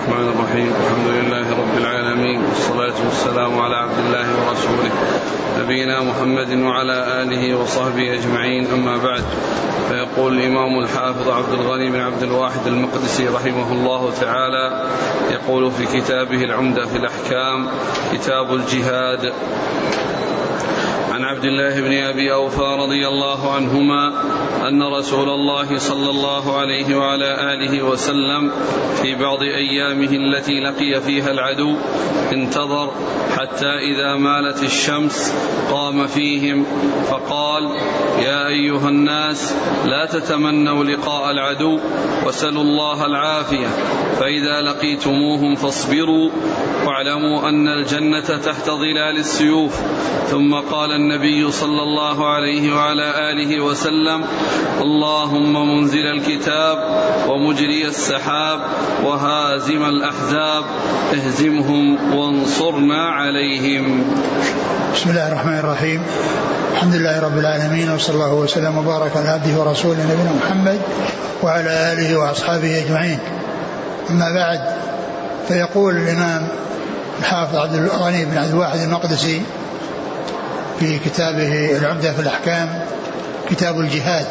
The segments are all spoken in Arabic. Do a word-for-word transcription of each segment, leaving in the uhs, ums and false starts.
الرحمن الرحيم. الحمد لله رب العالمين، والصلاة والسلام على عبد الله ورسوله نبينا محمد وعلى آله وصحبه أجمعين، أما بعد. فيقول الإمام الحافظ عبد الغني بن عبد الواحد المقدسي رحمه الله تعالى، يقول في كتابه العمدة في الأحكام كتاب الجهاد: عن عبد الله بن أبي أوفى رضي الله عنهما أن رسول الله صلى الله عليه وعلى آله وسلم في بعض أيامه التي لقي فيها العدو انتظر حتى إذا مالت الشمس قام فيهم فقال: يا أيها الناس، لا تتمنوا لقاء العدو وسلوا الله العافية، فإذا لقيتموهم فاصبروا واعلموا أن الجنة تحت ظلال السيوف. ثم قال النبي صلى الله عليه وعلى آله وسلم: اللهم منزل الكتاب ومجري السحاب وهازم الأحزاب اهزمهم وانصرنا عليهم. بسم الله الرحمن الرحيم. الحمد لله رب العالمين، وصلى الله وسلم وبارك على عبده ورسوله نبينا محمد وعلى آله وأصحابه أجمعين، أما بعد. فيقول الإمام الحافظ عبد الغني بن عبد الواحد المقدسي في كتابه العمدة في الأحكام كتاب الجهاد.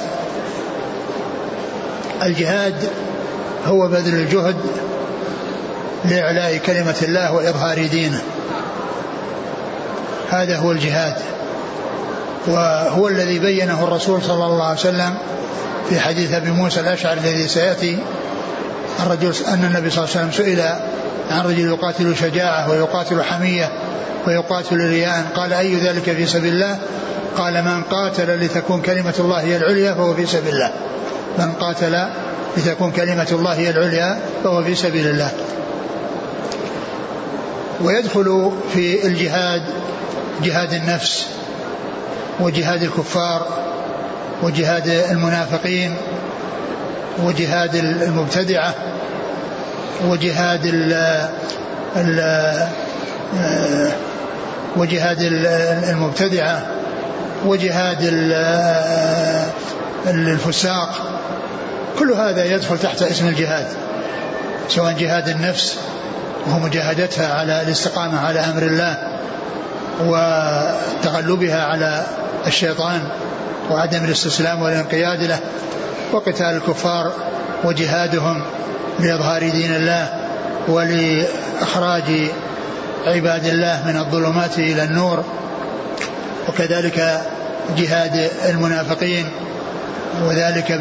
الجهاد هو بذل الجهد لإعلاء كلمة الله وإظهار دينه، هذا هو الجهاد، وهو الذي بينه الرسول صلى الله عليه وسلم في حديث أبي موسى الأشعري الذي سيأتي. الرجل أن النبي صلى الله عليه وسلم سئل عن رجل يقاتل شجاعة ويقاتل حمية ويقاتل رياء، قال: أي ذلك في سبيل الله؟ قال: من قاتل لتكون كلمة الله هي العليا فهو في سبيل الله. من قاتل لتكون كلمة الله هي العليا فهو في سبيل الله. ويدخل في الجهاد جهاد النفس وجهاد الكفار وجهاد المنافقين وجهاد المبتدعة وجهاد ال ال وجهاد المبتدعة وجهاد الفساق. كل هذا يدخل تحت اسم الجهاد، سواء جهاد النفس وهو مجاهدتها على الاستقامة على أمر الله وتغلبها على الشيطان وعدم الاستسلام والانقياد له، وقتال الكفار وجهادهم لإظهار دين الله ولإخراج عباد الله من الظلمات إلى النور، وكذلك جهاد المنافقين، وذلك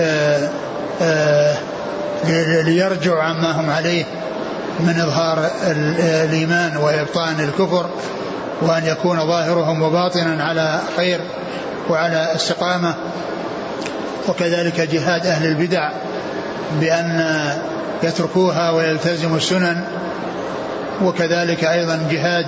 ليرجعوا عما هم عليه من إظهار الإيمان وإبطان الكفر، وأن يكون ظاهرهم وباطنا على خير وعلى استقامة. وكذلك جهاد أهل البدع بأن يتركوها ويلتزموا السنن. وكذلك أيضا جهاد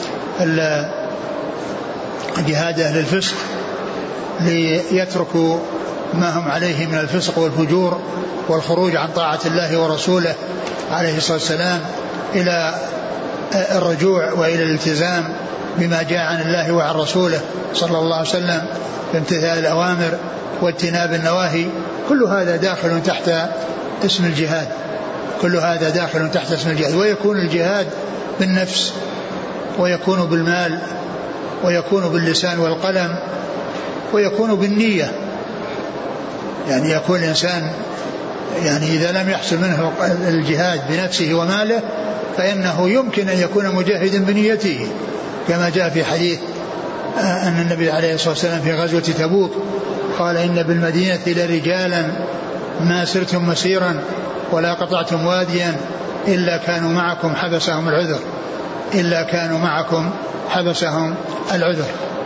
جهاد أهل الفسق ليتركوا ما هم عليه من الفسق والفجور والخروج عن طاعة الله ورسوله عليه الصلاة والسلام إلى الرجوع وإلى الالتزام بما جاء عن الله وعن رسوله صلى الله عليه وسلم بامتثال الأوامر واجتناب النواهي. كل هذا داخل تحت اسم الجهاد، كل هذا داخل تحت اسم الجهاد. ويكون الجهاد بالنفس، ويكون بالمال، ويكون باللسان والقلم، ويكون بالنية. يعني يكون الإنسان يعني إذا لم يحصل منه الجهاد بنفسه وماله فإنه يمكن أن يكون مجاهدا بنيته، كما جاء في حديث أن النبي عليه الصلاة والسلام في غزوة تبوك قال: إن بالمدينة لرجالا ما سرتم مسيرا ولا قطعتم واديا إلا كانوا معكم حبسهم العذر إلا كانوا معكم حبسهم العذر.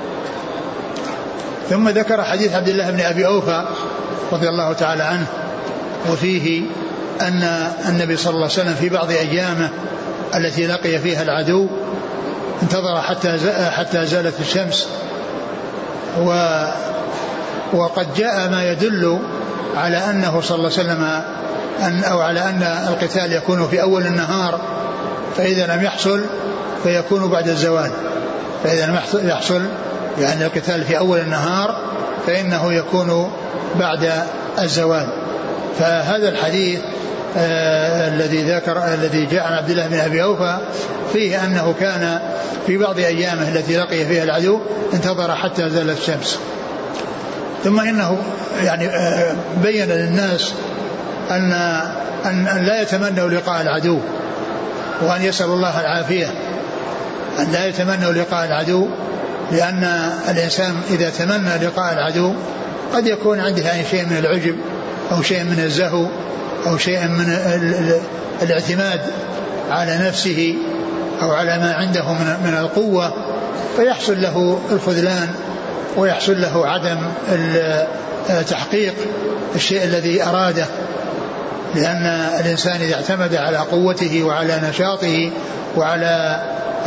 ثم ذكر حديث عبد الله بن أبي أوفى رضي الله تعالى عنه، وفيه أن النبي صلى الله عليه وسلم في بعض أيامه التي لقي فيها العدو انتظر حتى حتى زالت الشمس، و وقد جاء ما يدل على أنه صلى الله عليه وسلم أن أو على أن القتال يكون في أول النهار، فإذا لم يحصل فيكون بعد الزوال. فإذا لم يحصل يعني القتال في أول النهار فإنه يكون بعد الزوال. فهذا الحديث آه الذي ذكر الذي جاء عن عبد الله بن أبي أوفى فيه أنه كان في بعض أيامه التي لقي فيها العدو انتظر حتى زالت الشمس. ثم إنه يعني آه بين للناس أن, أن لا يتمنوا لقاء العدو وأن يسألوا الله العافية، أن لا يتمنوا لقاء العدو، لأن الإنسان إذا تمنى لقاء العدو قد يكون عنده يعني شيء من العجب أو شيء من الزهو أو شيء من الاعتماد على نفسه أو على ما عنده من القوة، فيحصل له الخذلان ويحصل له عدم تحقيق الشيء الذي أراده، لأن الإنسان إذا اعتمد على قوته وعلى نشاطه وعلى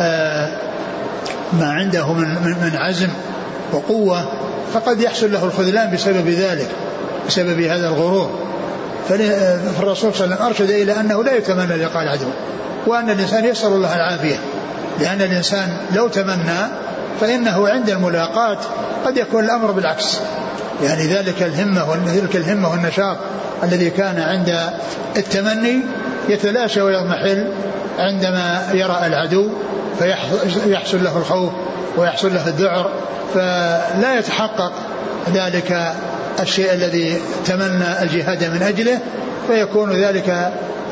ما عنده من عزم وقوة فقد يحصل له الخذلان بسبب ذلك، بسبب هذا الغرور. فالرسول صلى الله عليه وسلم أرشد إلى أنه لا يتمنى لقاء العدو، وأن الإنسان يسأل الله العافية، لأن الإنسان لو تمنى فإنه عند الملاقاة قد يكون الأمر بالعكس، يعني ذلك الهمة وذلك الهمة والنشاط الذي كان عند التمني يتلاشى ويضمحل عندما يرى العدو، فيحصل له الخوف ويحصل له الذعر، فلا يتحقق ذلك الشيء الذي تمنى الجهاد من أجله، فيكون ذلك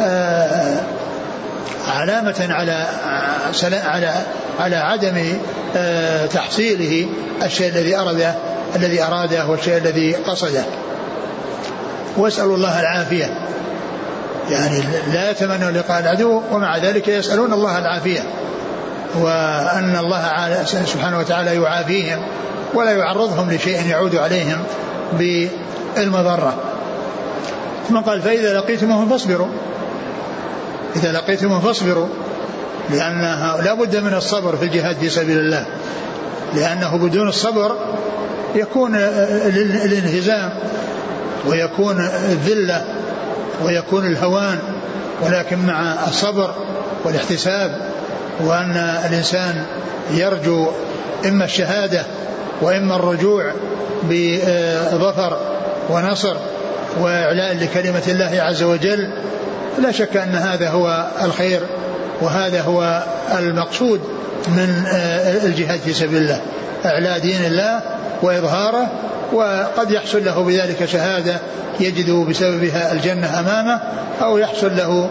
علامة على على على عدم تحصيله الشيء الذي أراده الذي أراده والشيء الذي قصده. واسأل الله العافية، يعني لا يتمنوا لقاء العدو ومع ذلك يسألون الله العافية، وأن الله سبحانه وتعالى يعافيهم ولا يعرضهم لشيء يعود عليهم بالمضرة. ثم قال فإذا لقيتموهم فاصبروا، إذا لقيتموهم فاصبروا، لأنها لا بد من الصبر في الجهاد في سبيل الله، لأنه بدون الصبر يكون الانهزام ويكون الذلة ويكون الهوان، ولكن مع الصبر والاحتساب وأن الإنسان يرجو إما الشهادة وإما الرجوع بظفر ونصر وإعلاء لكلمة الله عز وجل، لا شك أن هذا هو الخير وهذا هو المقصود من الجهاد في سبيل الله، إعلاء دين الله وإظهاره، وقد يحصل له بذلك شهادة يجد بسببها الجنة أمامه، أو يحصل له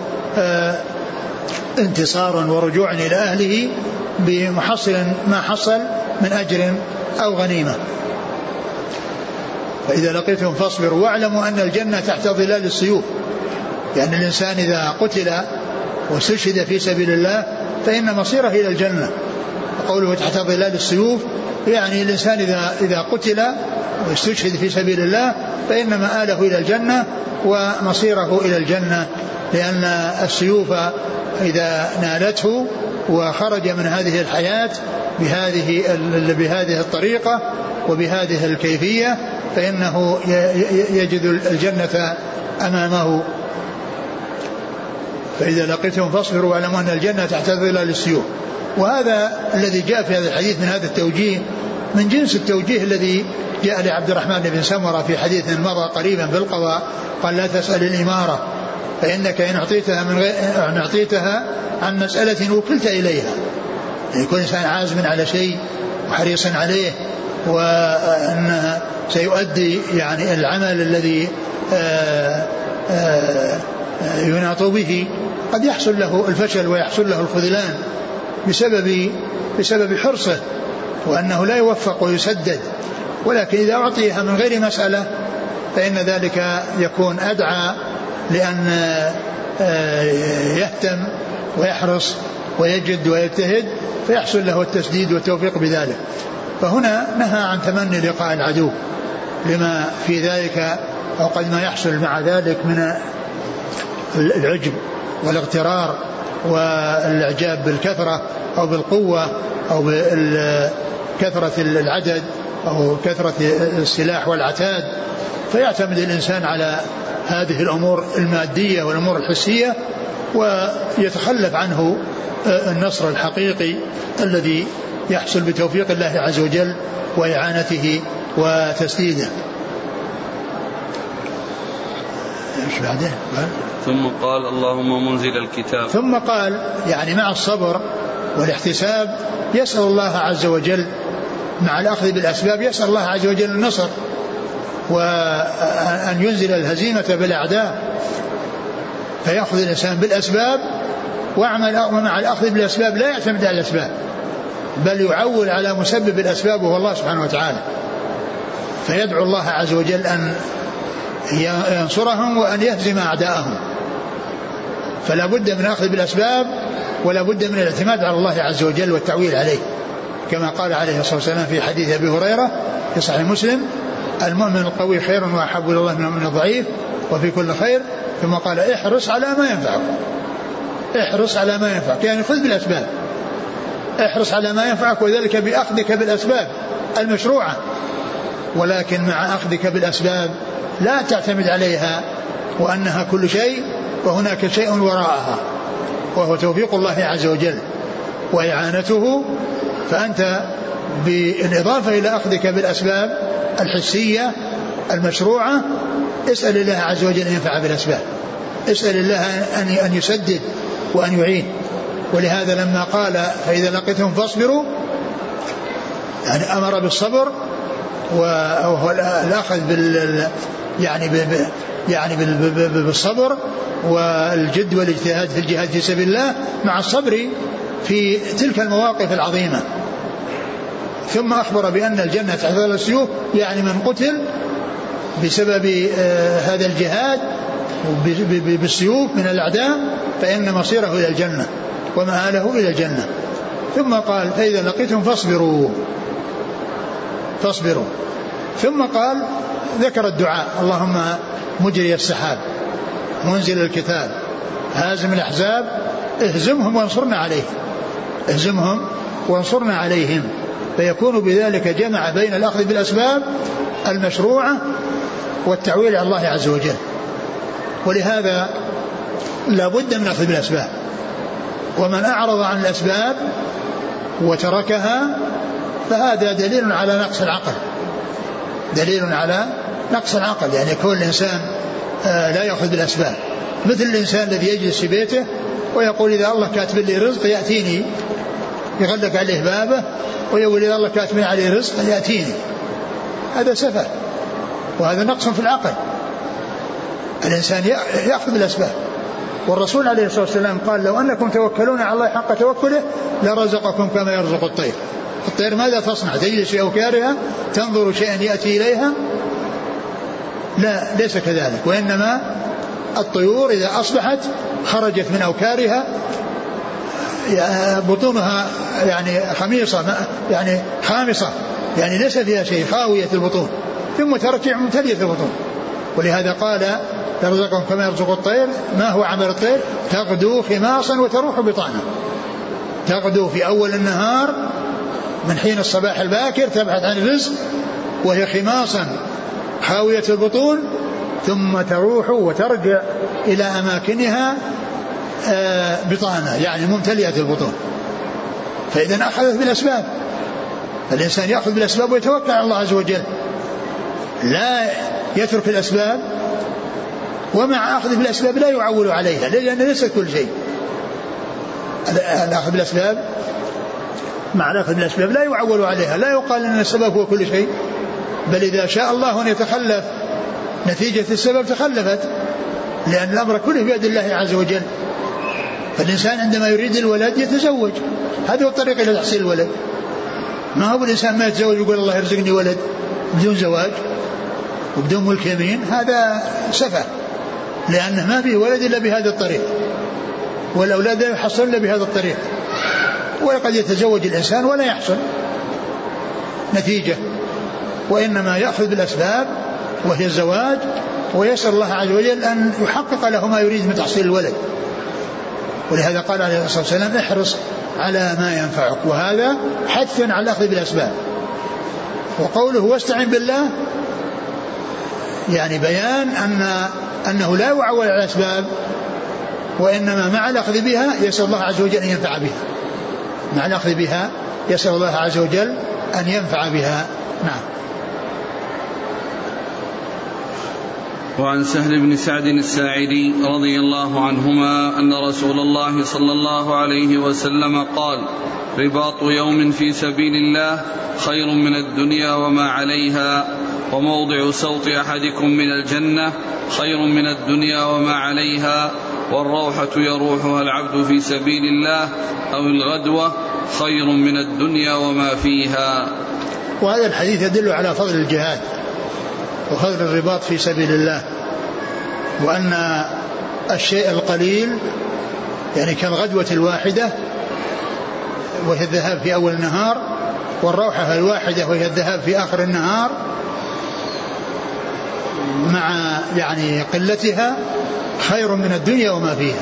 انتصارا ورجوعا إلى أهله بمحصل ما حصل من أجر أو غنيمة. فإذا لقيتم فاصبروا واعلموا أن الجنة تحت ظلال السيوف، يعني الإنسان إذا قتل واستشهد في سبيل الله فإن مصيره إلى الجنة. وقوله تحت ظلال السيوف يعني الإنسان إذا, إذا قتل واستشهد في سبيل الله فإن مآله إلى الجنة ومصيره إلى الجنة، لأن السيوف إذا نالته وخرج من هذه الحياة بهذه, بهذه الطريقة وبهذه الكيفية فإنه يجد الجنة أمامه. فإذا لقيتم فاصبروا واعلموا أن الجنة تحت ظلال السيوف. وهذا الذي جاء في هذا الحديث من هذا التوجيه من جنس التوجيه الذي جاء لعبد الرحمن بن سمرة في حديث مضى قريبا في القضاء، قال لا تسأل الإمارة فإنك إن أعطيتها, من غير إن أعطيتها عن مسألة وكلت إليها. يكون إنسان عازم على شيء وحريص عليه وأنه سيؤدي يعني العمل الذي آآ آآ يناط به، قد يحصل له الفشل ويحصل له الخذلان بسبب, بسبب حرصه وأنه لا يوفق ويسدد. ولكن إذا أعطيها من غير مسألة فإن ذلك يكون أدعى لأن يهتم ويحرص ويجد ويجتهد فيحصل له التسديد والتوفيق بذلك. فهنا نهى عن تمني لقاء العدو لما في ذلك أو قد ما يحصل مع ذلك من العجب والاغترار والإعجاب بالكثرة أو بالقوة أو بكثرة العدد أو كثرة السلاح والعتاد، فيعتمد الإنسان على هذه الأمور المادية والأمور الحسية ويتخلف عنه النصر الحقيقي الذي يحصل بتوفيق الله عز وجل وإعانته وتسديده. ايش بعده؟ ثم قال اللهم منزل الكتاب. ثم قال يعني مع الصبر والاحتساب يسأل الله عز وجل مع الأخذ بالأسباب يسأل الله عز وجل النصر وأن ينزل الهزيمة بالأعداء، فيأخذ الإنسان بالأسباب ومع الأخذ بالأسباب لا يعتمد على الأسباب بل يعول على مسبب الأسباب وهو الله سبحانه وتعالى، فيدعو الله عز وجل أن ينصرهم وأن يهزم أعداءهم. فلا بد من أخذ بالأسباب ولا بد من الاعتماد على الله عز وجل والتعويل عليه، كما قال عليه الصلاة والسلام في حديث أبي هريرة في صحيح مسلم: المؤمن القوي خير وأحب إلى الله من المؤمن الضعيف وفي كل خير. ثم قال: احرص على ما ينفعك، احرص على ما ينفعك، يعني خذ بالأسباب، احرص على ما ينفعك، وذلك بأخذك بالأسباب المشروعة، ولكن مع أخذك بالأسباب لا تعتمد عليها وأنها كل شيء وهناك شيء وراءها وهو توفيق الله عز وجل وإعانته. فأنت بالإضافة إلى أخذك بالأسباب الحسية المشروعة اسأل الله عز وجل أن ينفع بالأسباب، اسأل الله أن يسدد وأن يعين. ولهذا لما قال فإذا لقيتهم فاصبروا يعني أمر بالصبر وهو الأخذ بال يعني ب يعني بالصبر والجد والاجتهاد في الجهاد في سبيل الله مع الصبر في تلك المواقف العظيمة. ثم أخبر بأن الجنة تحت ظل السيوف، يعني من قتل بسبب هذا الجهاد بالسيوف من الأعداء فإن مصيره إلى الجنة ومآله إلى الجنة. ثم قال فإذا لقيتم فاصبروا فاصبروا ثم قال ذكر الدعاء: اللهم مجري السحاب منزل الكتاب هازم الأحزاب اهزمهم وانصرنا عليهم، اهزمهم وانصرنا عليهم. فيكون بذلك جمع بين الأخذ بالأسباب المشروعة والتعويل على الله عز وجل. ولهذا لا بد من أخذ بالأسباب، ومن أعرض عن الأسباب وتركها فهذا دليل على نقص العقل، دليل على نقص العقل. يعني كل إنسان لا يأخذ بالأسباب، مثل الإنسان الذي يجلس في بيته ويقول إذا الله كاتب لي رزق يأتيني، يغلق عليه بابه ويقول إذا الله كاتب لي عليه رزق يأتيني، هذا سفه وهذا نقص في العقل. الإنسان يأخذ بالأسباب. والرسول عليه الصلاة والسلام قال: لو أنكم توكلون على الله حق توكله لرزقكم كما يرزق الطير. الطير ماذا تصنع؟ تجلس في أوكارها تنظر شيئا يأتي إليها؟ لا، ليس كذلك. وإنما الطيور إذا أصبحت خرجت من أوكارها بطونها يعني خميصة يعني خامصة، يعني ليس فيها شيء، خاوية البطون، ثم ترجع ممتلئة البطون. ولهذا قال: يرزقكم كما يرزق الطير. ما هو عمل الطير؟ تغدو خماصا وتروح بطانا. تغدو في أول النهار من حين الصباح الباكر تبحث عن الرزق وهي خماصا خاوية البطون، ثم تروح وترجع إلى أماكنها بطانا يعني ممتلئة البطون. فإذا أخذت بالأسباب، الإنسان يأخذ بالأسباب ويتوكل على الله عز وجل، لا يترك الأسباب. ومع أخذ بالأسباب لا يعول عليها، لأن ليست كل شيء. الأخذ بالأسباب مع الأخذ بالأسباب لا يعول عليها، لا يقال أن السبب هو كل شيء، بل إذا شاء الله أن يتخلف نتيجة السبب تخلفت، لأن الأمر كله بيد الله عز وجل. فالإنسان عندما يريد الولد يتزوج، هذا هو الطريق إلى تحصيل الولد. ما هو الإنسان ما يتزوج يقول الله يرزقني ولد بدون زواج وبدون ملك يمين، هذا سفه، لأنه ما فيه ولد إلا بهذا الطريق، والأولاد لا يحصل إلا بهذا الطريق. وقد يتزوج الإنسان ولا يحصل نتيجة، وإنما يأخذ بالأسباب وهي الزواج، ويسأل الله عز وجل أن يحقق له ما يريد من تحصيل الولد. ولهذا قال عليه الصلاة والسلام: احرص على ما ينفعك، وهذا حث على الأخذ بالأسباب. وقوله واستعن بالله يعني بيان أن أنه لا يعول على الأسباب، وإنما مع الأخذ بها يسأل الله عز وجل أن ينفع بها، مع الأخذ بها يسأل الله عز وجل أن ينفع بها. نعم. وعن سهل بن سعد الساعدي رضي الله عنهما أن رسول الله صلى الله عليه وسلم قال: رباط يوم في سبيل الله خير من الدنيا وما عليها، وموضع سوط أحدكم من الجنة خير من الدنيا وما عليها، والروحة يروحها العبد في سبيل الله أو الغدوة خير من الدنيا وما فيها. وهذا الحديث يدل على فضل الجهاد وفضل الرباط في سبيل الله، وأن الشيء القليل يعني كالغدوة الواحدة وهي الذهاب في أول النهار، والروحة الواحدة وهي الذهاب في آخر النهار، مع يعني قلتها خير من الدنيا وما فيها.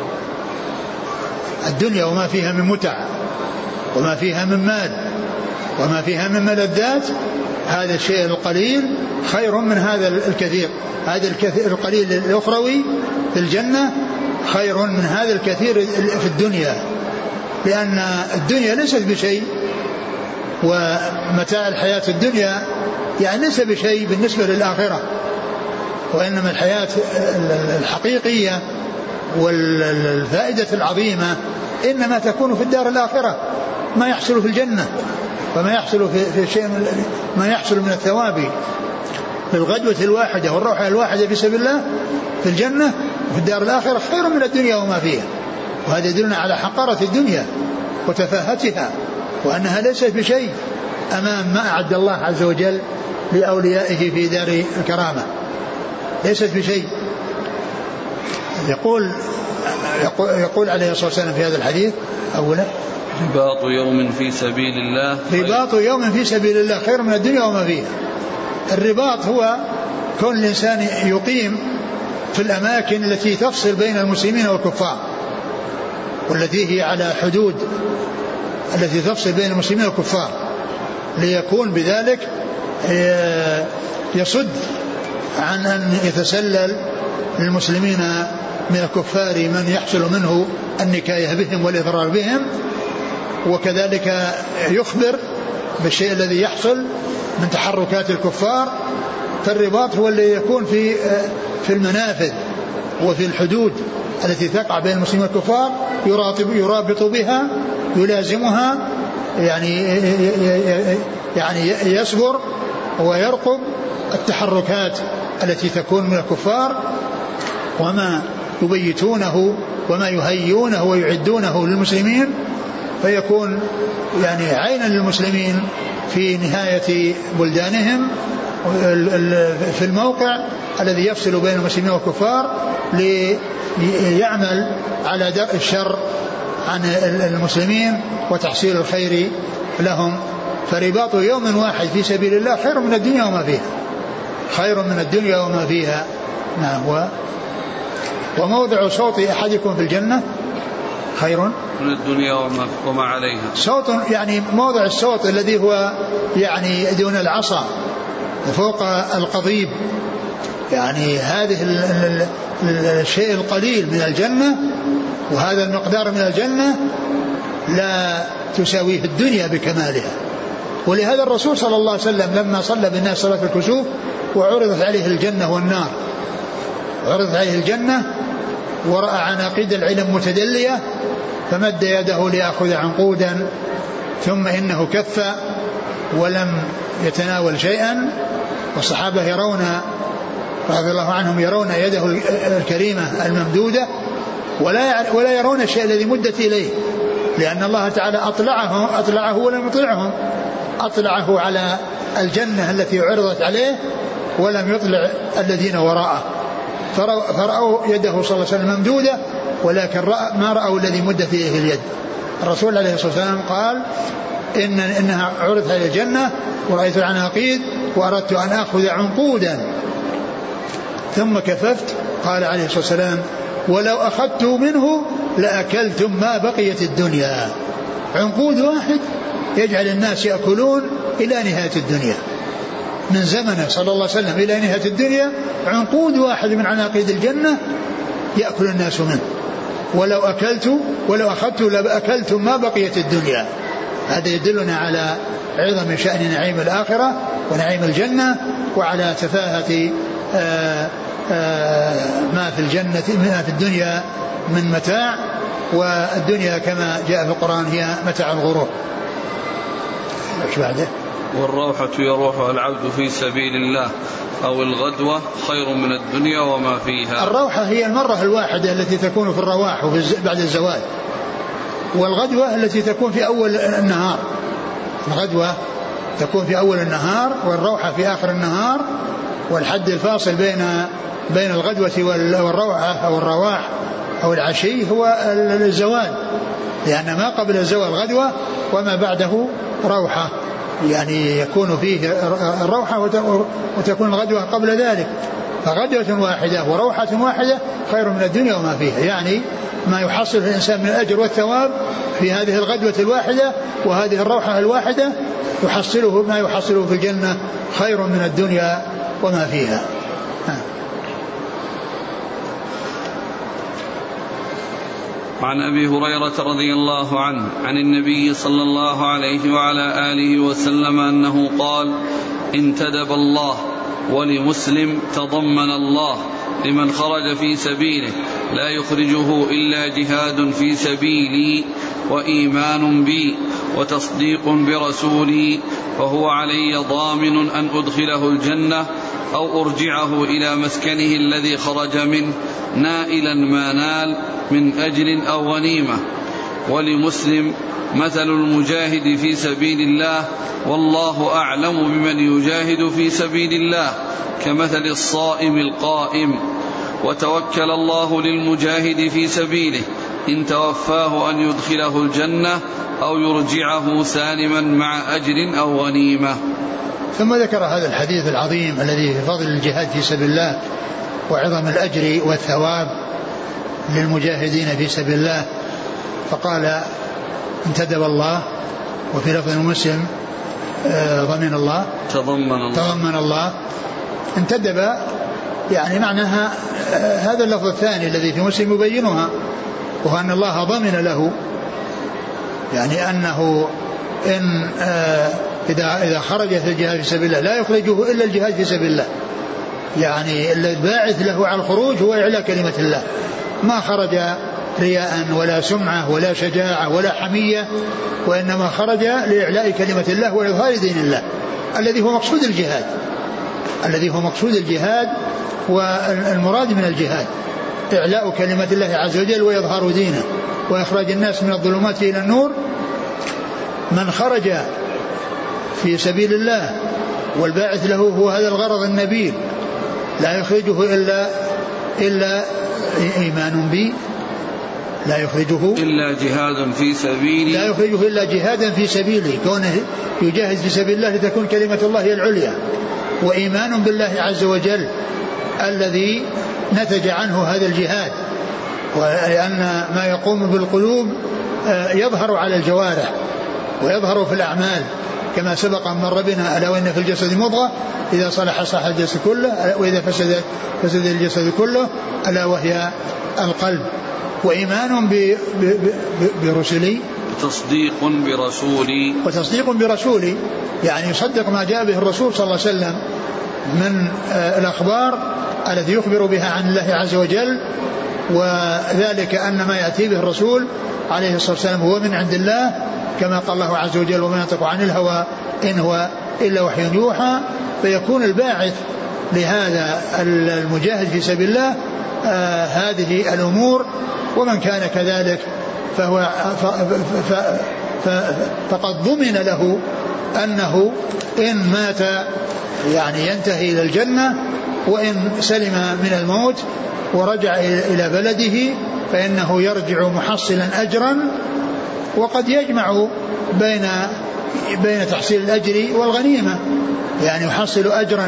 الدنيا وما فيها من متع وما فيها من مال وما فيها من ملذات، هذا الشيء القليل خير من هذا الكثير. هذا الكثير القليل الأخروي في الجنة خير من هذا الكثير في الدنيا، لأن الدنيا ليست بشيء، ومتاع الحياة الدنيا يعني ليس بشيء بالنسبة للآخرة، وإنما الحياة الحقيقية والفائدة العظيمة إنما تكون في الدار الآخرة، ما يحصل في الجنة وما يحصل في شيء ما يحصل من الثواب بالغدوة الواحدة والروحة الواحدة في سبيل الله في الجنة وفي الدار الآخرة خير من الدنيا وما فيها. وهذا يدلنا على حقارة الدنيا وتفاهتها، وأنها ليست بشيء أمام ما أعد الله عز وجل لأوليائه في دار الكرامة، ليست بشيء. يقول يقول عليه الصلاة والسلام في هذا الحديث: أولا رباط يوم في سبيل الله رباط يوم في سبيل الله خير من الدنيا وما فيها. الرباط هو كون الإنسان يقيم في الأماكن التي تفصل بين المسلمين والكفار، والتي هي على حدود التي تفصل بين المسلمين والكفار، ليكون بذلك يصد عن أن يتسلل للمسلمين من الكفار من يحصل منه النكاية بهم والإضرار بهم، وكذلك يخبر بالشيء الذي يحصل من تحركات الكفار. فالرباط هو الذي يكون في في المنافذ وفي الحدود التي تقع بين المسلمين والكفار، يرابط بها يلازمها، يعني يعني يصبر ويرقب التحركات التي تكون من الكفار وما يبيتونه وما يهيئونه ويعدونه للمسلمين، فيكون يعني عينا للمسلمين في نهاية بلدانهم في الموقع الذي يفصل بين المسلمين والكفار، ليعمل على درء الشر عن المسلمين وتحصيل الخير لهم. فرباط يوم واحد في سبيل الله خير من الدنيا وما فيها، خير من الدنيا وما فيها. نعم. وموضع صوت أحدكم في الجنة خير من الدنيا وما عليها. صوت يعني موضع الصوت الذي هو يعني دون العصا فوق القضيب، يعني هذه الشيء القليل من الجنة وهذا المقدار من الجنة لا تساويه الدنيا بكمالها. ولهذا الرسول صلى الله عليه وسلم لما صلى بالناس صلاة الكسوف وعرضت عليه الجنة والنار، عرضت عليه الجنة ورأى عناقيد العلم متدلية فمد يده ليأخذ عنقودا، ثم إنه كف ولم يتناول شيئا، والصحابة يرون رضي الله عنهم يرون يده الكريمة الممدودة ولا ولا يرون الشيء الذي مدت إليه، لأن الله تعالى أطلعه أطلعه ولم يطلعهم، أطلعه على الجنة التي عرضت عليه ولم يطلع الذين وراءه، فرأوا يده صلى الله عليه وسلم ممدودة ولكن رأى ما رأوا الذي مدت إليه اليد. الرسول عليه الصلاة والسلام قال إن إنها عرضت على الجنة ورأيت العناقيد وأردت أن أخذ عنقودا ثم كففت. قال عليه الصلاة والسلام ولو أخذت منه لأكلتم ما بقيت الدنيا. عنقود واحد يجعل الناس يأكلون إلى نهاية الدنيا، من زمنه صلى الله عليه وسلم إلى نهاية الدنيا عنقود واحد من عناقيد الجنة يأكل الناس منه. ولو أكلت ولو أخذت لأكلتم ما بقيت الدنيا. هذا يدلنا على عظم شأن نعيم الآخرة ونعيم الجنة، وعلى تفاهة ما في الجنة ما في الدنيا من متاع، والدنيا كما جاء في القرآن هي متاع الغرور. ايش بعده؟ والروحة يروحها العبد في سبيل الله أو الغدوة خير من الدنيا وما فيها. الروحة هي المرة الواحدة التي تكون في الرواح وفي بعد الزوال، والغدوة التي تكون في أول النهار. الغدوة تكون في أول النهار والروحة في آخر النهار، والحد الفاصل بين بين الغدوة والروحة أو الرواح أو العشي هو الزوال، لأن ما قبل الزوال غدوة وما بعده روحة، يعني يكون فيه الروحة وتكون الغدوة قبل ذلك. فغدوة واحدة وروحة واحدة خير من الدنيا وما فيها، يعني ما يحصل الإنسان من الأجر والثواب في هذه الغدوة الواحدة وهذه الروحة الواحدة يحصله ما يحصله في الجنة خير من الدنيا وما فيها. عن أبي هريرة رضي الله عنه عن النبي صلى الله عليه وعلى آله وسلم أنه قال: انتدب الله ولمسلم تضمن الله لمن خرج في سبيله لا يخرجه إلا جهاد في سبيلي وإيمان بي وتصديق برسولي، فهو علي ضامن أن أدخله الجنة أو أرجعه إلى مسكنه الذي خرج منه نائلا ما نال من أجر أو غنيمة. ولمسلم: مثل المجاهد في سبيل الله والله أعلم بمن يجاهد في سبيل الله كمثل الصائم القائم، وتوكل الله للمجاهد في سبيله إن توفاه أن يدخله الجنة أو يرجعه سالما مع أجر أو غنيمة. ثم ذكر هذا الحديث العظيم الذي في فضل الجهاد في سبيل الله وعظم الأجر والثواب للمجاهدين في سبيل الله، فقال: انتدب الله، وفي لفظ مسلم ضمن الله تضمن الله, تضمن الله. انتدب يعني معناها هذا اللفظ الثاني الذي في مسلم يبينها، وهو أن الله ضمن له، يعني أنه إن إذا إذا خرج في الجهاد في سبيل الله لا يخرجه إلا الجهاد في سبيل الله، يعني الباعث له على الخروج هو إعلاء كلمة الله، ما خرج رياء ولا سمعة ولا شجاعة ولا حمية، وإنما خرج لإعلاء كلمة الله وإظهار دين الله الذي هو مقصود الجهاد، الذي هو مقصود الجهاد والمراد من الجهاد إعلاء كلمة الله عز وجل وإظهار دينه وإخراج الناس من الظلمات إلى النور. من خرج في سبيل الله والباعث له هو هذا الغرض النبيل لا يخرجه إلا إلا إيمان بي، لا يخرجه إلا جهاد في سبيلي، لا يخرجه إلا جهادا في سبيلي، كونه يجاهد في سبيل الله لتكون كلمة الله هي العليا، وإيمان بالله عز وجل الذي نتج عنه هذا الجهاد، ولأن ما يقوم بالقلوب يظهر على الجوارح ويظهر في الأعمال كما سبق أن مر بنا: ألا وإن في الجسد مضغة إذا صلح صح الجسد كله وإذا فسد فسد الجسد كله ألا وهي القلب. وإيمان برسلي، تصديق برسولي، وتصديق برسولي يعني يصدق ما جاء به الرسول صلى الله عليه وسلم من الأخبار التي يخبر بها عن الله عز وجل، وذلك أن ما يأتي به الرسول عليه الصلاة والسلام هو من عند الله كما قال الله عز وجل: وما ينطق عن الهوى إن هو إلا وحي يوحى. فيكون الباعث لهذا المجاهد في سبيل الله آه هذه الأمور، ومن كان كذلك فهو ف ف ف فقد ضمن له أنه إن مات يعني ينتهي إلى الجنة، وإن سلم من الموت ورجع إلى بلده فإنه يرجع محصلا أجرا. وقد يجمع بين بين تحصيل الأجر والغنيمة، يعني يحصل أجرا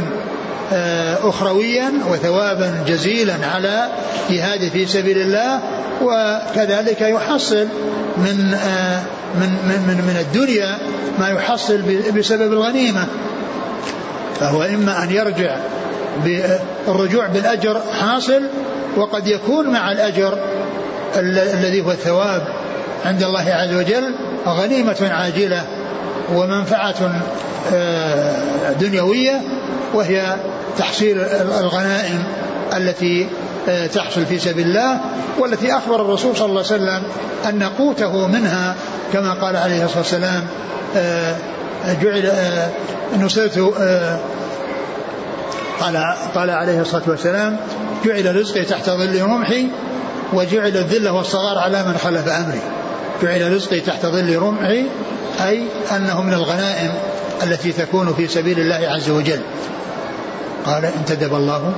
أخرويا وثوابا جزيلا على جهاد في سبيل الله، وكذلك يحصل من من من من الدنيا ما يحصل بسبب الغنيمة. فهو إما أن يرجع بالرجوع بالأجر حاصل، وقد يكون مع الأجر الذي هو الثواب عند الله عز وجل غنيمة عاجلة ومنفعة دنيوية، وهي تحصيل الغنائم التي تحصل في سبيل الله، والتي أخبر الرسول صلى الله عليه وسلم أن قوته منها كما قال عليه الصلاة والسلام جعل نصرت قال, قال عليه الصلاة والسلام جعل رزقي تحت ظل رمحي وجعل الذل والصغار على من خلف أمري. جعل رزقي تحت ظل رمحي أي أنه من الغنائم التي تكون في سبيل الله عز وجل. قال انتدب الله.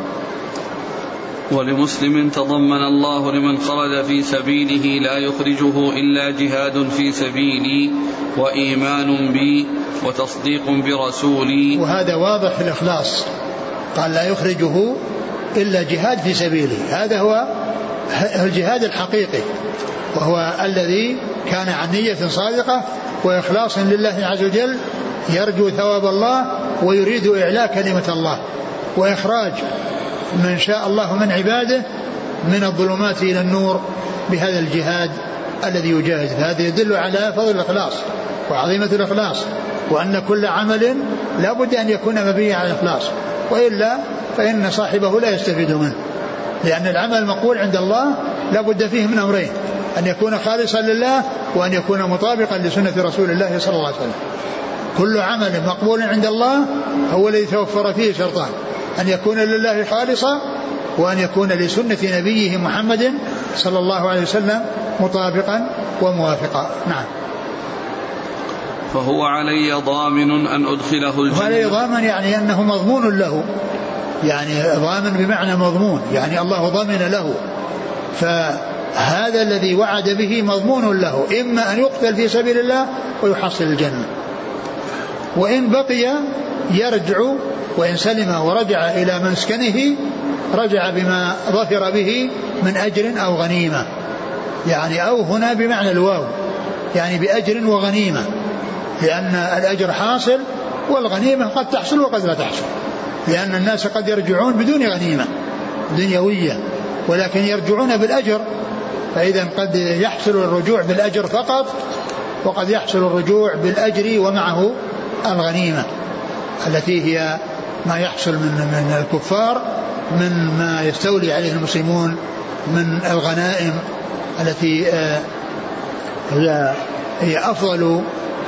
ولمسلم تضمن الله لمن خرج في سبيله لا يخرجه إلا جهاد في سبيلي وإيمان بي وتصديق برسولي. وهذا واضح في الإخلاص، قال لا يخرجه إلا جهاد في سبيله، هذا هو الجهاد الحقيقي، وهو الذي كان عن نية صادقة وإخلاص لله عز وجل، يرجو ثواب الله ويريد إعلاء كلمة الله وإخراج من شاء الله من عباده من الظلمات إلى النور بهذا الجهاد الذي يجاهد. هذا يدل على فضل الإخلاص وعظيمة الإخلاص، وأن كل عمل لا بد أن يكون مبنيا على الإخلاص، وإلا فإن صاحبه لا يستفيد منه، لأن العمل مقبول عند الله لا بد فيه من أمرين: أن يكون خالصا لله وأن يكون مطابقا لسنة رسول الله صلى الله عليه وسلم. كل عمل مقبول عند الله هو الذي توفر فيه شرطان: أن يكون لله خالصا وأن يكون لسنة نبيه محمد صلى الله عليه وسلم مطابقا وموافقا. نعم. فهو علي ضامن أن أدخله الجنة. وعلي ضامن يعني أنه مضمون له، يعني ضامن بمعنى مضمون، يعني الله ضمن له، فهذا الذي وعد به مضمون له، إما أن يقتل في سبيل الله ويحصل الجنة، وإن بقي يرجع، وإن سلم ورجع إلى مسكنه رجع بما ظفر به من أجر أو غنيمة، يعني أو هنا بمعنى الواو، يعني بأجر وغنيمة، لأن الأجر حاصل والغنيمة قد تحصل وقد لا تحصل، لأن الناس قد يرجعون بدون غنيمة دنيوية ولكن يرجعون بالأجر، فإذا قد يحصل الرجوع بالأجر فقط، وقد يحصل الرجوع بالأجر ومعه الغنيمة التي هي ما يحصل من من الكفار من ما يستولي عليه المسلمون من الغنائم التي هي هي أفضل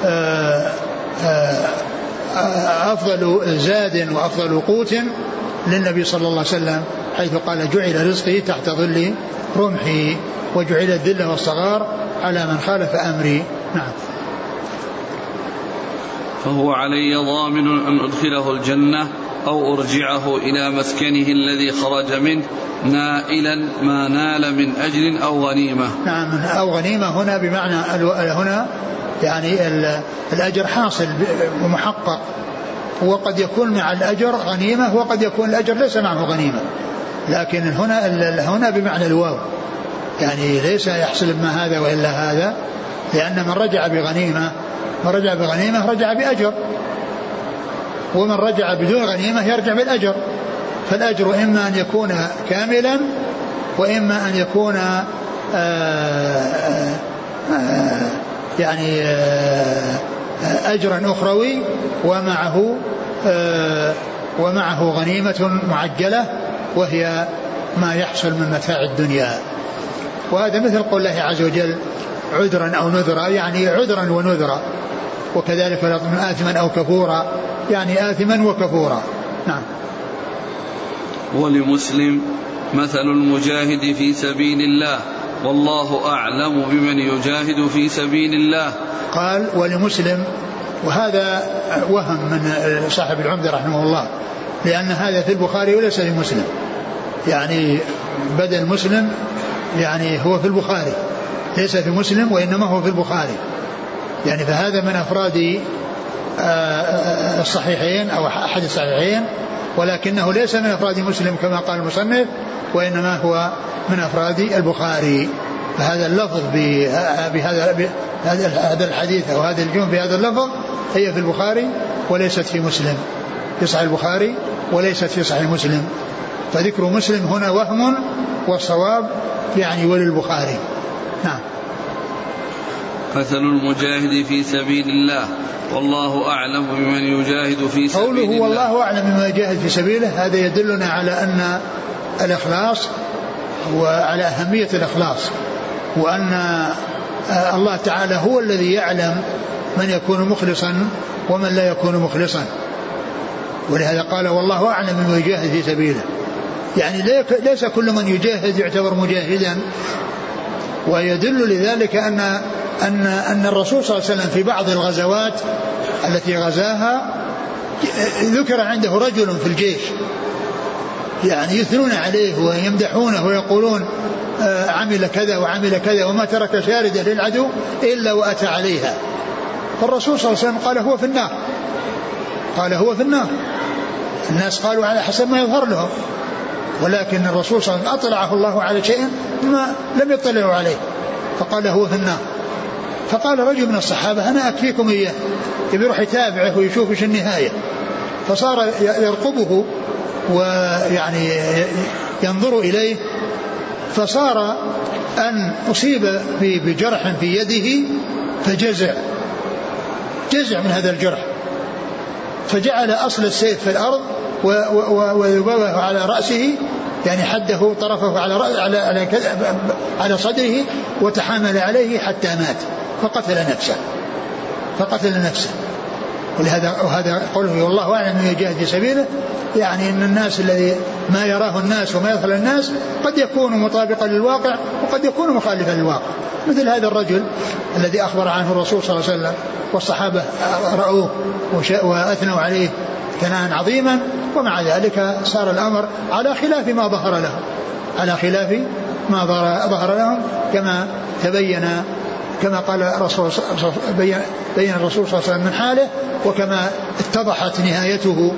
أفضل زاد وأفضل قوت للنبي صلى الله عليه وسلم، حيث قال جعل رزقي تحت ظل رمحي وجعل الذل والصغار على من خالف أمري. نعم. فهو علي ضامن أن أدخله الجنة أو أرجعه إلى مسكنه الذي خرج منه نائلا ما نال من أجر أو غنيمة. نعم. أو غنيمة هنا بمعنى هنا يعني الأجر حاصل ومحقق، وقد يكون مع الأجر غنيمة وقد يكون الأجر ليس معه غنيمة، لكن هنا هنا بمعنى الواو، يعني ليس يحصل ما هذا وإلا هذا، لأن من رجع بغنيمة من رجع بغنيمة رجع بأجر، ومن رجع بدون غنيمة يرجع بالأجر، فالأجر إما أن يكون كاملا وإما أن يكون آآ آآ يعني أجرا أخروي ومعه ومعه غنيمة معجلة وهي ما يحصل من متاع الدنيا. وهذا مثل قول الله عز وجل عذرا أو نذرا، يعني عذرا ونذرا، وكذلك فلا تكن آثما أو كفورا، يعني آثما وكفورا. نعم. ولمسلم مثل المجاهد في سبيل الله والله أعلم بمن يجاهد في سبيل الله. قال ولمسلم، وهذا وهم من صاحب العمدة رحمه الله، لأن هذا في البخاري وليس في مسلم، يعني بدل مسلم يعني هو في البخاري ليس في مسلم وإنما هو في البخاري، يعني فهذا من أفراد الصحيحين أو أحد الصحيحين، ولكنه ليس من أفراد مسلم كما قال المصنف، وإنما هو من أفراد البخاري. فهذا اللفظ بهذا هذا الحديث أو هذا الجملة بهذا اللفظ هي في البخاري وليست في مسلم، في صحيح البخاري وليست في صحيح مسلم، فذكر مسلم هنا وهم والصواب يعني وللبخاري. نعم. مثل المجاهد في سبيل الله والله أعلم بمن يجاهد في سبيل الله. قوله والله أعلم بمن يجاهد في سبيله هذا يدلنا على أن الإخلاص وعلى أهمية الإخلاص، وأن الله تعالى هو الذي يعلم من يكون مخلصا ومن لا يكون مخلصا. ولهذا قال والله أعلم من يجاهد في سبيله، يعني ليس كل من يجاهد يعتبر مجاهدا. ويدل لذلك أن أن أن الرسول صلى الله عليه وسلم في بعض الغزوات التي غزاها ذكر عنده رجل في الجيش يعني يثنون عليه ويمدحونه ويقولون عمل كذا وعمل كذا وما ترك شاردة للعدو إلا وأتى عليها. فالرسول صلى الله عليه وسلم قال هو في النار، قال هو في النار. الناس قالوا على حسب ما يظهر لهم، ولكن الرسول صلى الله عليه وسلم أطلعه الله على شيء ما لم يطلعوا عليه، فقال هو في النار. فقال رجل من الصحابة أنا أكفيكم إياه، يروح يتابعه ويشوف ايش النهاية. فصار يرقبه ويعني ينظر إليه، فصار أن أصيب بجرح في يده فجزع جزع من هذا الجرح، فجعل أصل السيف في الأرض ويبوه على رأسه، يعني حده طرفه على على على, على صدره وتحامل عليه حتى مات فقتل نفسه فقتل نفسه. ولهذا وهذا قوله والله أعلم من يجاهد في سبيله، يعني أن الناس الذي ما يراه الناس وما يظهر الناس قد يكون مطابقا للواقع وقد يكون مخالفا للواقع، مثل هذا الرجل الذي أخبر عنه الرسول صلى الله عليه وسلم والصحابة رأوه وأثنوا عليه ثناء عظيما، ومع ذلك صار الأمر على خلاف ما ظهر لهم على خلاف ما ظهر لهم كما تبين كما قال الرسول بين, بين الرسول صلى الله عليه وسلم من حاله، وكما اتضحت نهايته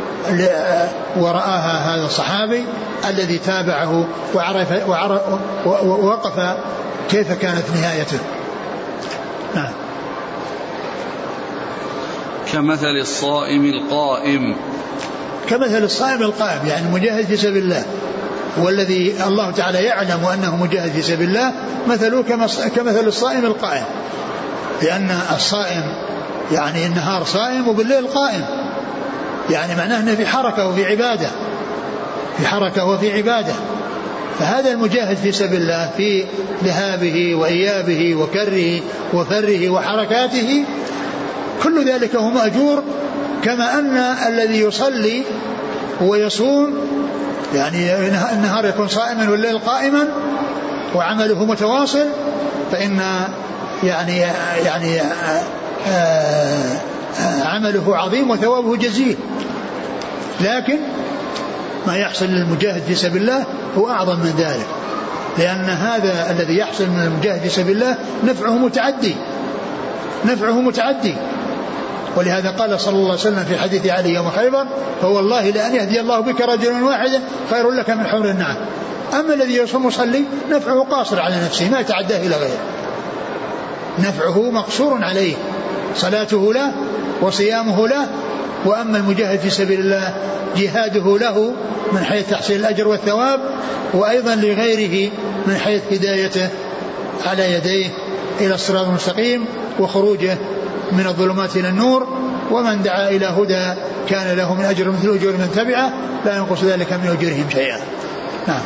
ورآها هذا الصحابي الذي تابعه وعرف وعرف ووقف كيف كانت نهايته. نعم. كمثل الصائم القائم كمثل الصائم القائم يعني مجاهد في سبيل الله، والذي الله تعالى يعلم أنه مجاهد في سبيل الله مثله كمثل الصائم القائم، لأن الصائم يعني النهار صائم وبالليل قائم، يعني معناه أنه في حركة وفي عبادة في حركة وفي عبادة. فهذا المجاهد في سبيل الله في ذهابه وإيابه وكره وفره وحركاته كل ذلك هو مأجور، كما أن الذي يصلي ويصوم يعني النهار يكون صائما والليل قائما وعمله متواصل، فإن يعني يعني عمله عظيم وثوابه جزيل. لكن ما يحصل للمجاهد في سبيل الله هو أعظم من ذلك، لأن هذا الذي يحصل من المجاهد في سبيل الله نفعه متعدي نفعه متعدي ولهذا قال صلى الله عليه وسلم في حديث علي يوم خيبر فوالله لأن يهدي الله بك رجلا واحدا خير لك من حمر النعم. أما الذي يصوم ويصلي نفعه قاصر على نفسه ما يتعداه إلى غيره، نفعه مقصور عليه، صلاته له وصيامه له. وأما المجاهد في سبيل الله جهاده له من حيث تحصيل الأجر والثواب، وأيضا لغيره من حيث هدايته على يديه إلى الصراط المستقيم وخروجه من الظلمات إلى النور. ومن دعا إلى هدى كان له من أجر مثل أجور من تبعه لا ينقص ذلك من أجورهم شيئا. نعم.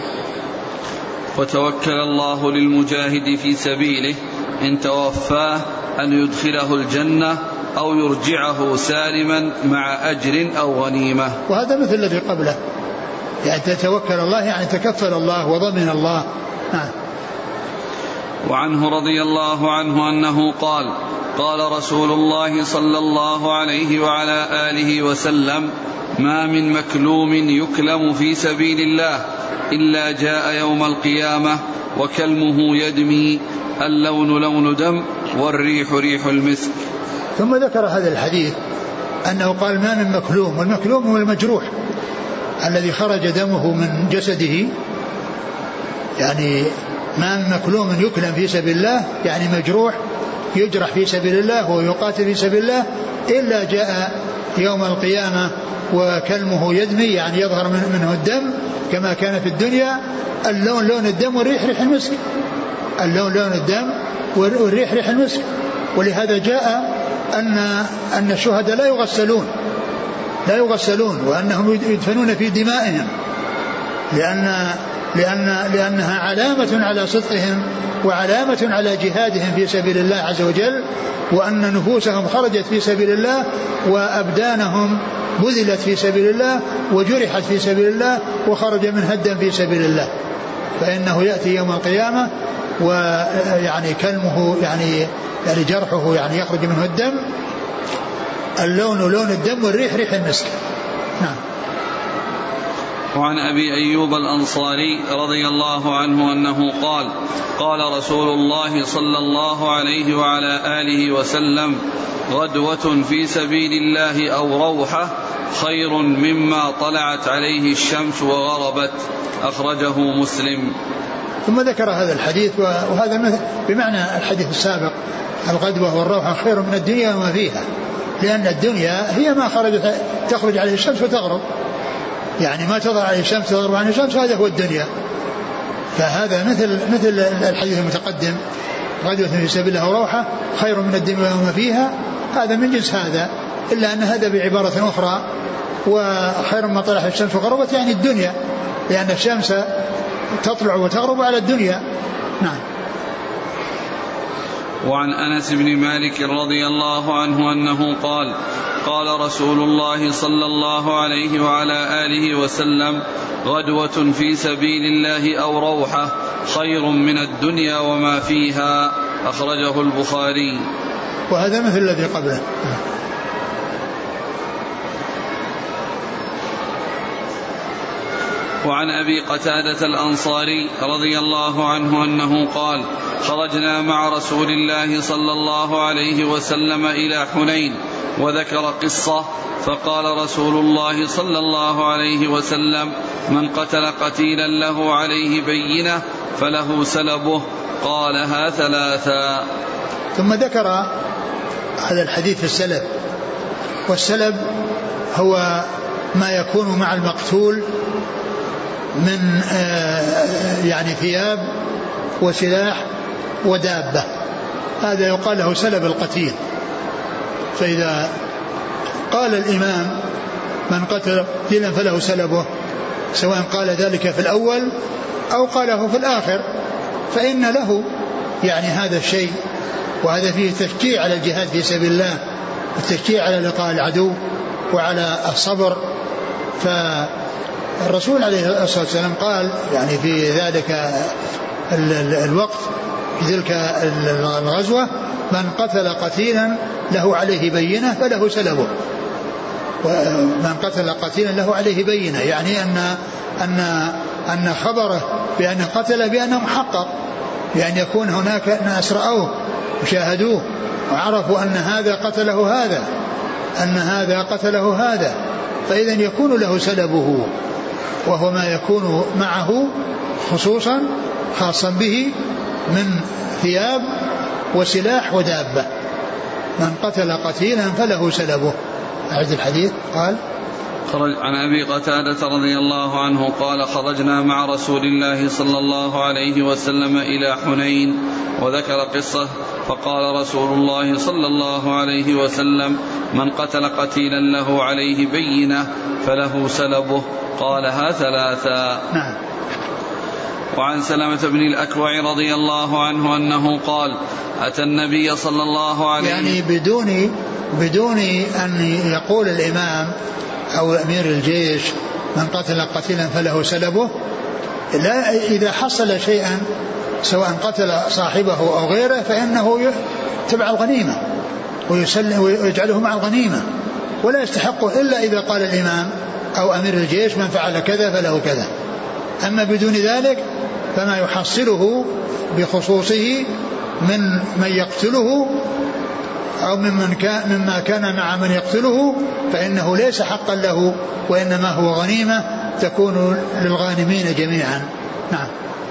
وتوكل الله للمجاهد في سبيله إن توفاه أن يدخله الجنة أو يرجعه سالما مع أجر أو غنيمة. وهذا مثل الذي قبله، يعني تتوكل الله يعني تكفل الله وضمن الله. نعم. وعنه رضي الله عنه أنه قال قال رسول الله صلى الله عليه وعلى آله وسلم ما من مكلوم يكلم في سبيل الله إلا جاء يوم القيامة وكلمه يدمي اللون لون دم والريح ريح المسك. ثم ذكر هذا الحديث أنه قال ما من مكلوم، والمكلوم هو المجروح الذي خرج دمه من جسده، يعني ما من مكلوم يكلم في سبيل الله يعني مجروح يجرح في سبيل الله ويقاتل في سبيل الله إلا جاء يوم القيامة وكلمه يدمي يعني يظهر منه الدم كما كان في الدنيا، اللون لون الدم والريح ريح المسك، اللون لون الدم والريح ريح المسك. ولهذا جاء أن أن الشهداء لا يغسلون لا يغسلون وأنهم يدفنون في دمائهم لأن لأن لأنها علامة على صدقهم وعلامة على جهادهم في سبيل الله عز وجل، وأن نفوسهم خرجت في سبيل الله وأبدانهم بذلت في سبيل الله وجرحت في سبيل الله وخرج من هدم في سبيل الله، فإنه يأتي يوم القيامة ويعني كلمه يعني يعني جرحه يعني يخرج منه الدم، اللون لون الدم والريح ريح المسك. نعم. وعن أبي أيوب الأنصاري رضي الله عنه أنه قال قال رسول الله صلى الله عليه وعلى آله وسلم غدوة في سبيل الله أو روحة خير مما طلعت عليه الشمس وغربت، أخرجه مسلم. ثم ذكر هذا الحديث وهذا بمعنى الحديث السابق، الغدوة والروحة خير من الدنيا وما فيها، لأن الدنيا هي ما خرجت تخرج عليه الشمس وتغرب، يعني ما تظهر عليه الشمس تغرب عن الشمس، هذا هو الدنيا. فهذا مثل مثل الحديث المتقدم غدوة في سبيل الله وروحة خير من الدنيا وما فيها، هذا من جنس هذا، إلا أن هذا بعبارة أخرى وخير ما طلعت الشمس وغربت يعني الدنيا، لأن الشمس تطلع وتغرب على الدنيا. نعم. وعن أنس بن مالك رضي الله عنه أنه قال قال رسول الله صلى الله عليه وعلى آله وسلم غدوة في سبيل الله أو روحة خير من الدنيا وما فيها، أخرجه البخاري. وهذا مثل الذي قبله. وعن أبي قتادة الأنصاري رضي الله عنه أنه قال خرجنا مع رسول الله صلى الله عليه وسلم إلى حنين، وذكر قصة فقال رسول الله صلى الله عليه وسلم من قتل قتيلا له عليه بينة فله سلبه، قالها ثلاثا. ثم ذكر هذا الحديث في السلب، والسلب هو ما يكون مع المقتول من يعني ثياب وسلاح ودابة، هذا يقال له سلب القتيل. فإذا قال الإمام من قتل قتيلا فله سلبه، سواء قال ذلك في الأول أو قاله في الآخر، فإن له يعني هذا الشيء، وهذا فيه تشجيع على الجهاد في سبيل الله، والتشجيع على لقاء العدو وعلى الصبر. فالرسول عليه الصلاة والسلام قال يعني في ذلك الوقت في تلك الغزوة من قتل قتيلا له عليه بينة فله سلبه، ومن قتل قتيلا له عليه بينة يعني أن أن أن خبره بأن قتل بأنه محقق، بأن يكون هناك ناس رأوه وشاهدوه وعرفوا أن هذا قتله هذا أن هذا قتله هذا، فإذا يكون له سلبه، وهو ما يكون معه خصوصا خاصا به من ثياب وسلاح ودابة. من قتل قتيلا فله سلبه. أعد الحديث. قال خرج عن أبي قتادة رضي الله عنه قال خرجنا مع رسول الله صلى الله عليه وسلم إلى حنين، وذكر قصة فقال رسول الله صلى الله عليه وسلم من قتل قتيلا له عليه بينة فله سلبه، قالها ثلاثا. نعم. وعن سلمة بن الأكوع رضي الله عنه أنه قال أتى النبي صلى الله عليه يعني بدون بدون أن يقول الإمام أو أمير الجيش من قتل قتيلا فله سلبه، لا، إذا حصل شيئا سواء قتل صاحبه أو غيره فإنه تبع الغنيمة ويجعله مع الغنيمة، ولا يستحقه إلا إذا قال الإمام أو أمير الجيش من فعل كذا فله كذا. أما بدون ذلك فما يحصله بخصوصه من من يقتله أو ممن كان مما كان مع من يقتله فإنه ليس حقا له، وإنما هو غنيمة تكون للغانمين جميعا. نعم.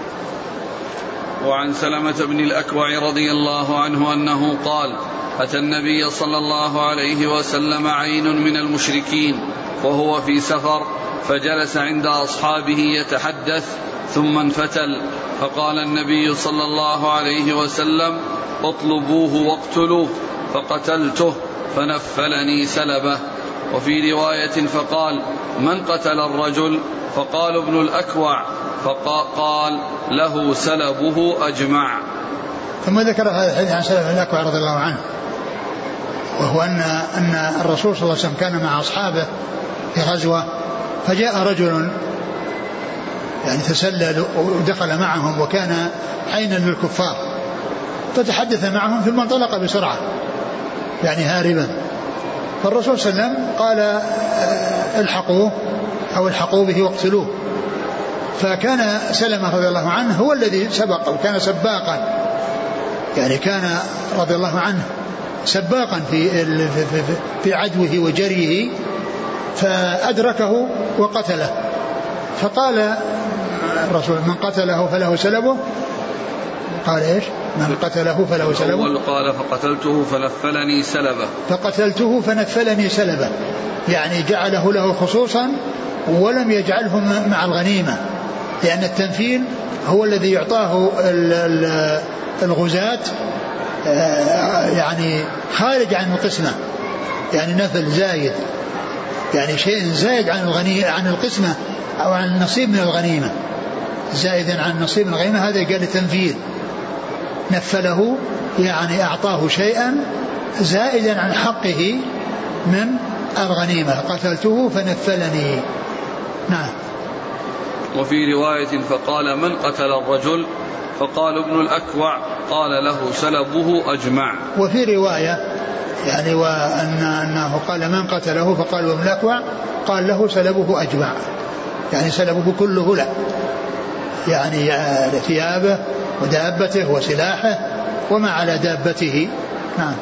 وعن سلمة بن الأكوع رضي الله عنه أنه قال أتى النبي صلى الله عليه وسلم عين من المشركين وهو في سفر، فجلس عند أصحابه يتحدث ثم انفتل، فقال النبي صلى الله عليه وسلم اطلبوه واقتلوه، فقتلته فنفلني سلبه. وفي رواية فقال من قتل الرجل؟ فقال ابن الأكوع فقال له سلبه أجمع. ثم ذكر هذا الحديث عن سلبه الأكوع رضي الله عنه، وهو أن, أن الرسول صلى الله عليه وسلم كان مع أصحابه في غزوة، فجاء رجل يعني تسلل ودخل معهم وكان حينا للكفار، فتحدث معهم ثم انطلق بسرعة يعني هاربا. فالرسول صلى الله عليه وسلم قال الحقوه أو الحقوا به واقتلوه. فكان سلمة رضي الله عنه هو الذي سبق وكان سباقا، يعني كان رضي الله عنه سباقا في في عدوه وجريه، فأدركه وقتله. فقال الرسول من قتله فله سلبه. قال ايش؟ من قتله فله سلبه. قال فقتلته فنفلني سلبه. فقتلته فنفلني سلبه، يعني جعله له خصوصا ولم يجعله مع الغنيمة، لأن التنفيل هو الذي يعطاه الغزاة يعني خارج عن القسمة، يعني نفل زايد، يعني شيء زايد عن الغنيمة عن القسمة أو عن النصيب من الغنيمة، زائدا عن النصيب من الغنيمة، هذا قال التنفيل. نفله يعني أعطاه شيئا زائدا عن حقه من الغنيمة. قتلته فنفلني. نعم. وفي رواية فقال من قتل الرجل؟ فقال ابن الأكوع قال له سلبه أجمع. وفي رواية يعني وأن أنه قال من قتله فقال ابن الأكوع قال له سلبه أجمع، يعني سلبه كله له، يعني ثيابه ودابته وسلاحه وما على دابته. نعم.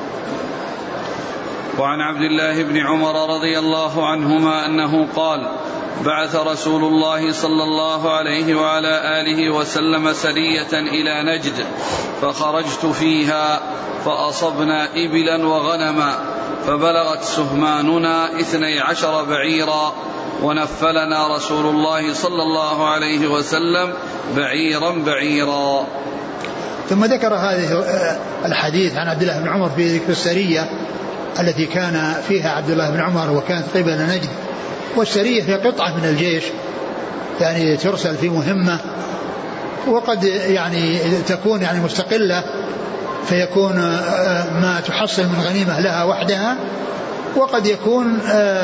وعن عبد الله بن عمر رضي الله عنهما أنه قال بعث رسول الله صلى الله عليه وعلى آله وسلم سرية إلى نجد، فخرجت فيها فأصبنا إبلا وغنما، فبلغت سهماننا اثني عشر بعيرا، ونفلنا رسول الله صلى الله عليه وسلم بعيرا بعيرا. ثم ذكر هذه الحديث عن عبد الله بن عمر في ذكر السرية التي كان فيها عبد الله بن عمر وكانت قبل نجد. والسرية هي قطعة من الجيش يعني ترسل في مهمة، وقد يعني تكون يعني مستقلة، فيكون ما تحصل من غنيمة لها وحدها، وقد يكون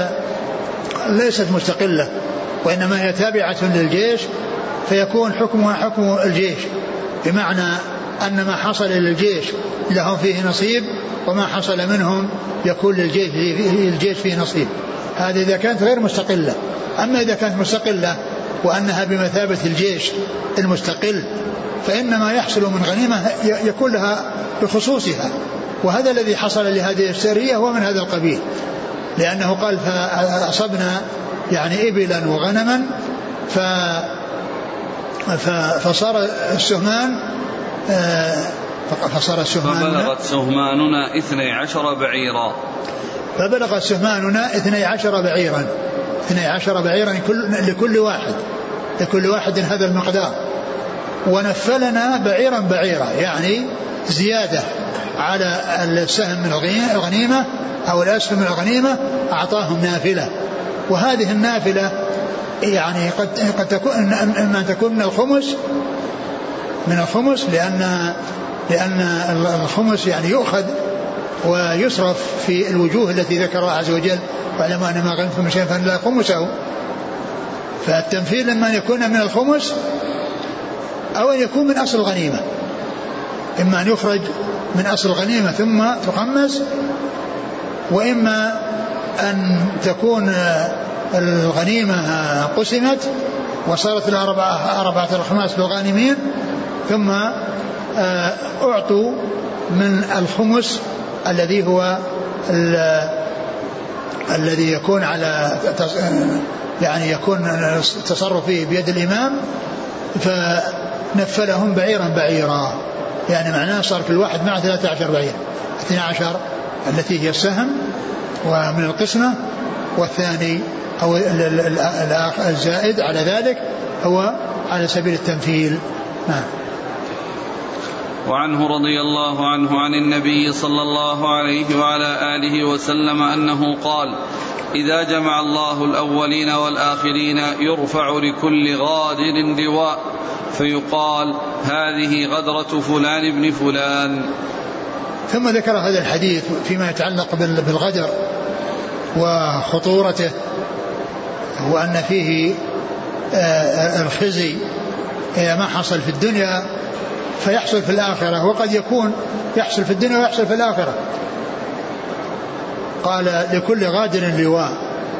ليست مستقلة وإنما هي تابعة للجيش، فيكون حكمها حكم الجيش، بمعنى أن ما حصل للجيش لهم فيه نصيب، وما حصل منهم يكون للجيش الجيش فيه نصيب. هذه إذا كانت غير مستقلة. أما إذا كانت مستقلة وأنها بمثابة الجيش المستقل، فإن ما يحصل من غنيمة يكون لها بخصوصها، وهذا الذي حصل لهذه السرية هو من هذا القبيل، لأنه قال فأصبنا يعني إبلا وغنما، ف فصار السهمان فصار السهمان فبلغت سهماننا اثني عشر بعيرا فبلغ سهماننا اثني عشر بعيرا اثني عشر بعيرا لكل واحد لكل واحد هذا المقدار. ونفلنا بعيرا بعيرا، يعني زيادة على السهم من الغنيمة أو الأسهم من الغنيمة أعطاهم نافلة. وهذه النافلة يعني قد قد تكون إما تكون من الخمس من الخمس لأن لأن الخمس يعني يؤخذ ويصرف في الوجوه التي ذكرها عز وجل، واعلموا أن ما غنمتم من شيء فإن له خمسه. فالتنفيذ لما يكون من الخمس أو أن يكون من أصل الغنيمة، إما أن يخرج من أصل الغنيمة ثم تخمس، وإما أن تكون الغنيمة قسمت وصارت الأربعة أربعة الخماس للغانمين، ثم أعطوا من الخمس الذي هو الذي يكون على يعني يكون التصرف فيه بيد الإمام، فنفلهم بعيرا بعيرا، يعني معناه صار كل واحد معه ثلاثة عشر بعير، اثنى عشر التي هي السهم ومن القسمة، والثاني أو الزائد على ذلك هو على سبيل التنفيل. نعم. وعنه رضي الله عنه عن النبي صلى الله عليه وعلى آله وسلم أنه قال إذا جمع الله الأولين والآخرين يرفع لكل غادر لواء فيقال هذه غدرة فلان ابن فلان. ثم ذكر هذا الحديث فيما يتعلق بالغدر وخطورته، وأن فيه الخزي ما حصل في الدنيا فيحصل في الآخرة، وقد يكون يحصل في الدنيا ويحصل في الآخرة. قال لكل غادر لواء.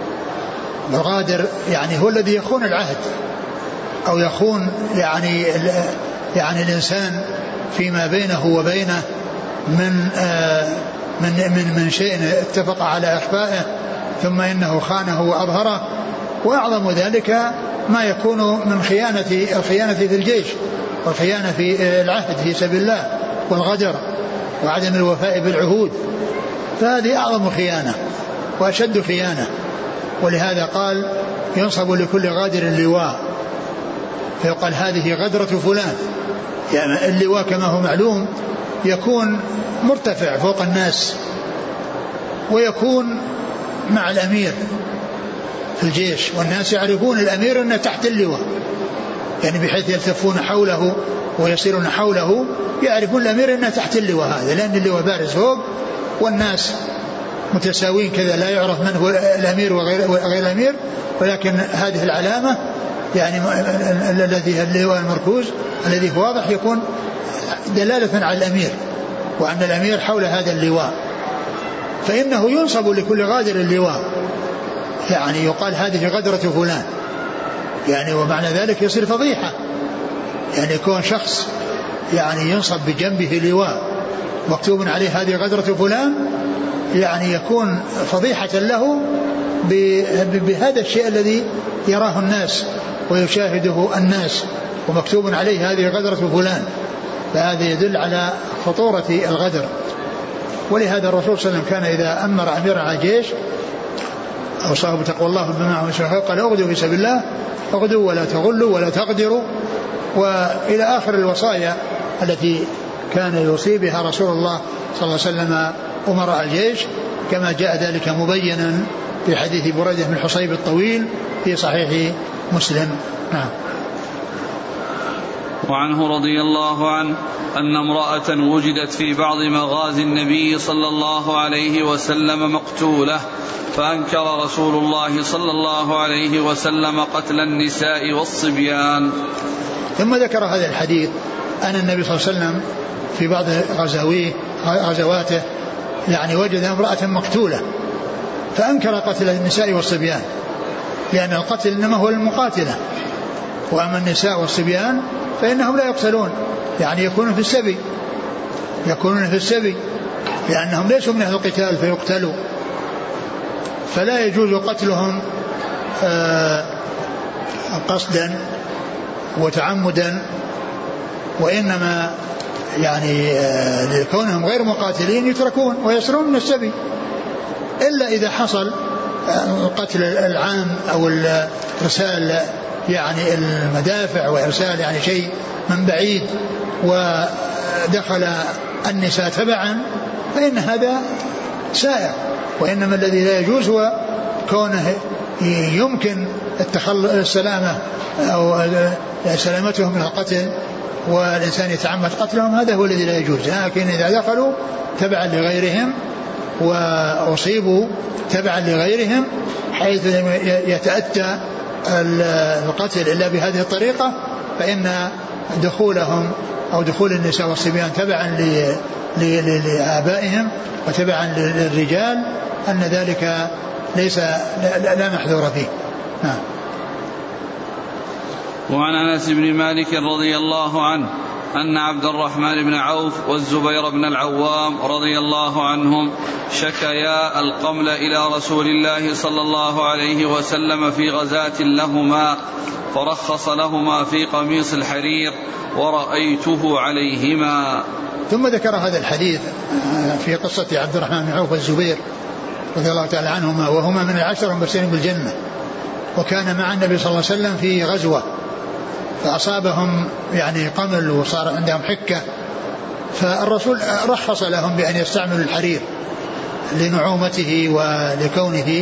الغادر يعني هو الذي يخون العهد أو يخون يعني يعني الإنسان فيما بينه وبينه من من من من شيء اتفق على إخفائه ثم إنه خانه وأظهره. وأعظم ذلك ما يكون من خيانة الخيانة في الجيش والخيانة في العهد في سبيل الله والغدر وعدم الوفاء بالعهود، فهذه أعظم خيانة وأشد خيانة. ولهذا قال ينصب لكل غادر اللواء، فيقال هذه غدرة فلان. يعني اللواء كما هو معلوم يكون مرتفع فوق الناس، ويكون مع الأمير في الجيش، والناس يعرفون الأمير أنه تحت اللواء، يعني بحيث يلتفون حوله ويصيرون حوله يعرفون الأمير أنه تحت اللواء هذا، لأن اللواء بارز فوق والناس متساوين كذا، لا يعرف من هو الأمير وغير, وغير الأمير، ولكن هذه العلامة يعني الذي اللواء المركوز الذي هو واضح يكون دلالة على الأمير وأن الأمير حول هذا اللواء، فإنه ينصب لكل غادر اللواء. يعني يقال هذه غدرة فلان، يعني ومعنى ذلك يصير فضيحة، يعني يكون شخص يعني ينصب بجنبه لواء مكتوب عليه هذه غدرة فلان، يعني يكون فضيحة له بهذا الشيء الذي يراه الناس ويشاهده الناس ومكتوب عليه هذه غدرة فلان، فهذا يدل على خطورة الغدر. ولهذا الرسول صلى الله عليه وسلم كان إذا أمر أميرا على جيش أوصاه بتقوى الله بما هو قال اغدوا في سبيل الله، اغدوا ولا تغلوا ولا تغدروا، وإلى آخر الوصايا التي كان يوصي بها رسول الله صلى الله عليه وسلم أمراء الجيش، كما جاء ذلك مبينا في حديث بريدة بن الحصيب الطويل في صحيح مسلم. نعم. وعنه رضي الله عنه أن امرأة وجدت في بعض مغازي النبي صلى الله عليه وسلم مقتولة، فأنكر رسول الله صلى الله عليه وسلم قتل النساء والصبيان. ثم ذكر هذا الحديث أن النبي صلى الله عليه وسلم في بعض غزويه غزواته يعني وجد امرأة مقتولة فأنكر قتل النساء والصبيان، لأن القتل إنما هو المقاتلة، وأما النساء والصبيان فإنهم لا يقتلون، يعني يكونون في السبي يكونون في السبي لأنهم ليسوا من أهل القتال فيقتلوا، فلا يجوز قتلهم قصدا وتعمدا، وإنما يعني لكونهم غير مقاتلين يتركون ويسرون من السبي، إلا إذا حصل القتل العام أو الإرسال يعني المدافع وإرسال يعني شيء من بعيد ودخل النساء تبعا، فإن هذا سائر. وإنما الذي لا يجوز هو كونه يمكن السلامة أو سلامتهم من القتل والإنسان يتعمد قتلهم، هذا هو الذي لا يجوز. لكن إذا دخلوا تبعا لغيرهم وأصيبوا تبعا لغيرهم حيث يتأتى القتل إلا بهذه الطريقة، فإن دخولهم أو دخول النساء والصبيان تبعا لآبائهم وتبعا للرجال أن ذلك ليس لا محذور فيه. نعم. وعن أنس بن مالك رضي الله عنه أن عبد الرحمن بن عوف والزبير بن العوام رضي الله عنهم شكيا القمل إلى رسول الله صلى الله عليه وسلم في غزاة لهما، فرخص لهما في قميص الحرير ورأيته عليهما. ثم ذكر هذا الحديث في قصة عبد الرحمن بن عوف والزبير رضي الله تعالى عنهما، وهما من العشر المبشرين بالجنة، وكان مع النبي صلى الله عليه وسلم في غزوة فأصابهم يعني قمل وصار عندهم حكة، فالرسول رخص لهم بأن يستعملوا الحرير لنعومته ولكونه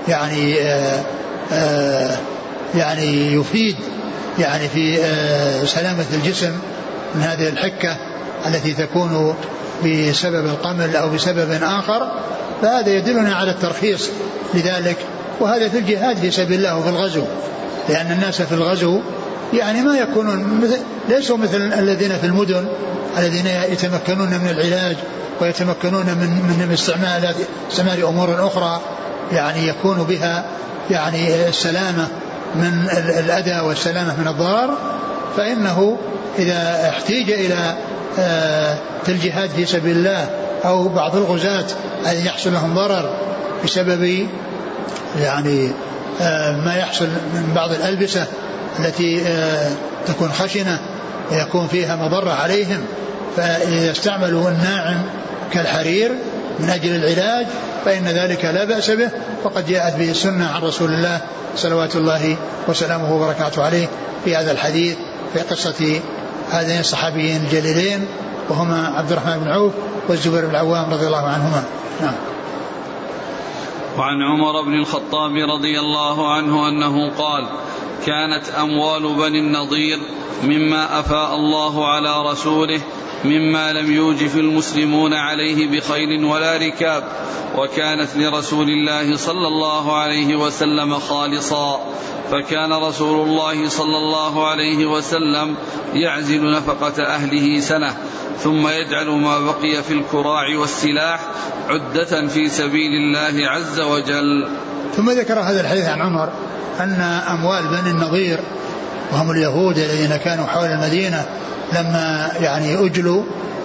يعني آآ آآ يعني يفيد يعني في سلامة الجسم من هذه الحكة التي تكون بسبب القمل أو بسبب آخر، فهذا يدلنا على الترخيص لذلك. وهذا في الجهاد في سبيل الله وفي الغزو، لأن الناس في الغزو يعني ما يكونون مثل ليسوا مثل الذين في المدن الذين يتمكنون من العلاج ويتمكنون من من استعمال استعمال أمور أخرى يعني يكون بها يعني السلامة من الأذى والسلامة من الضرر. فإنه إذا احتيج إلى في الجهاد في سبيل الله أو بعض الغزاة أن يحصل لهم ضرر بسبب يعني ما يحصل من بعض الألبسة التي تكون خشنة ويكون فيها مضرة عليهم، فإذا استعملوا الناعم كالحرير من أجل العلاج فإن ذلك لا بأس به، وقد جاءت به السنة عن رسول الله صلوات الله وسلامه وبركاته عليه في هذا الحديث في قصة هذين الصحابيين الجليلين وهما عبد الرحمن بن عوف والزبير بن العوام رضي الله عنهما. نعم. وعن عمر بن الخطاب رضي الله عنه أنه قال: كانت أموال بني النضير مما أفاء الله على رسوله مما لم يوجف المسلمون عليه بخيل ولا ركاب، وكانت لرسول الله صلى الله عليه وسلم خالصا، فكان رسول الله صلى الله عليه وسلم يعزل نفقة أهله سنة ثم يجعل ما بقي في الكراع والسلاح عدة في سبيل الله عز وجل. ثم ذكر هذا الحديث عن عمر أن أموال بني النضير وهم اليهود الذين كانوا حول المدينة لما يعني أجلوا،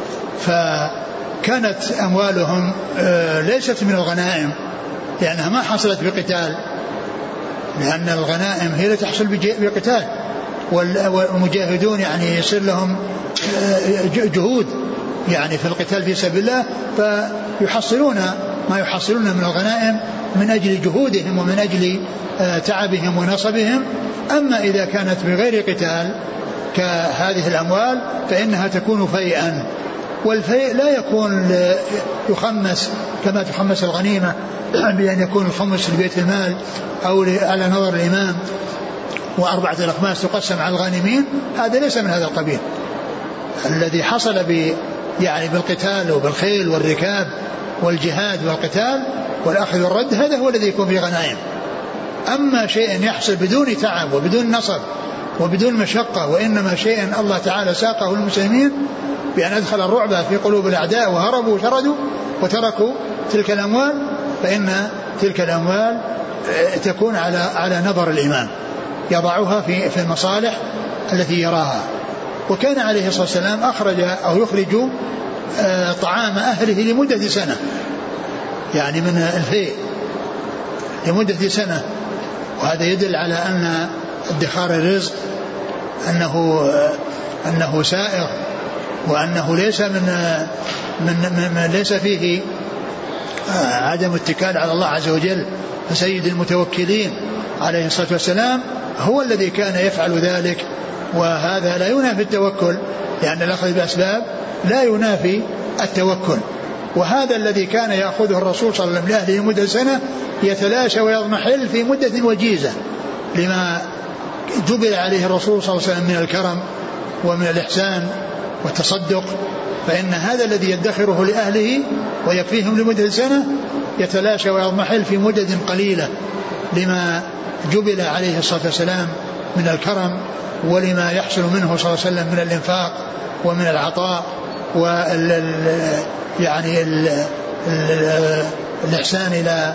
فكانت أموالهم ليست من الغنائم لأنها ما حصلت بقتال، لأن الغنائم هي التي تحصل بقتال، والمجاهدون يعني يصير لهم جهود يعني في القتال في سبيل الله، فيحصلون ما يحصلون من الغنائم من أجل جهودهم ومن أجل تعبهم ونصبهم. أما إذا كانت بغير قتال كهذه الأموال فإنها تكون فيئا، والفيء لا يكون يخمس كما تخمس الغنيمة بأن يكون الخمس لبيت المال أو على نظر الإمام وأربعة الأخماس تقسم على الغانمين، هذا ليس من هذا القبيل. الذي حصل ب يعني بالقتال وبالخيل والركاب والجهاد والقتال والأخذ والرد هذا هو الذي يكون في غنائم. أما شيء يحصل بدون تعب وبدون نصب وبدون مشقة، وإنما شيء الله تعالى ساقه المسلمين بأن أدخل الرعب في قلوب الأعداء وهربوا وشردوا وتركوا تلك الأموال، فإن تلك الأموال تكون على على نظر الإمام يضعها في في المصالح التي يراها. وكان عليه الصلاة والسلام أخرج أو يخرج طعام أهله لمدة سنة، يعني من الفيء لمدة سنة، وهذا يدل على أن ادخار الرزق أنه أنه سائر، وأنه ليس من من, من ليس فيه عدم اتكال على الله عز وجل. فسيد المتوكلين عليه الصلاة والسلام هو الذي كان يفعل ذلك، وهذا لا ينافي التوكل، لأن الأخذ بأسباب لا ينافي التوكل. وهذا الذي كان يأخذه الرسول صلى الله عليه وسلم لأهله مدة سنة يتلاشى ويضمحل في مدة وجيزة لما جبل عليه الرسول صلى الله عليه وسلم من الكرم ومن الإحسان والتصدق، فإن هذا الذي يدخره لأهله ويكفيهم لمدة سنة يتلاشى ويضمحل في مدة قليلة لما جبل عليه الصلاة والسلام من الكرم، ولما يحصل منه صلى الله عليه وسلم من الإنفاق ومن العطاء وال يعني ال ال الإحسان إلى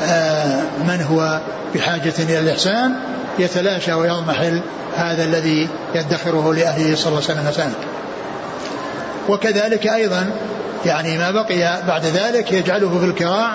من هو بحاجة إلى الإحسان، يتلاشى ويضمحل هذا الذي يدخره لأهله صلى الله عليه وسلم سنة. وكذلك أيضا يعني ما بقي بعد ذلك يجعله في الكراع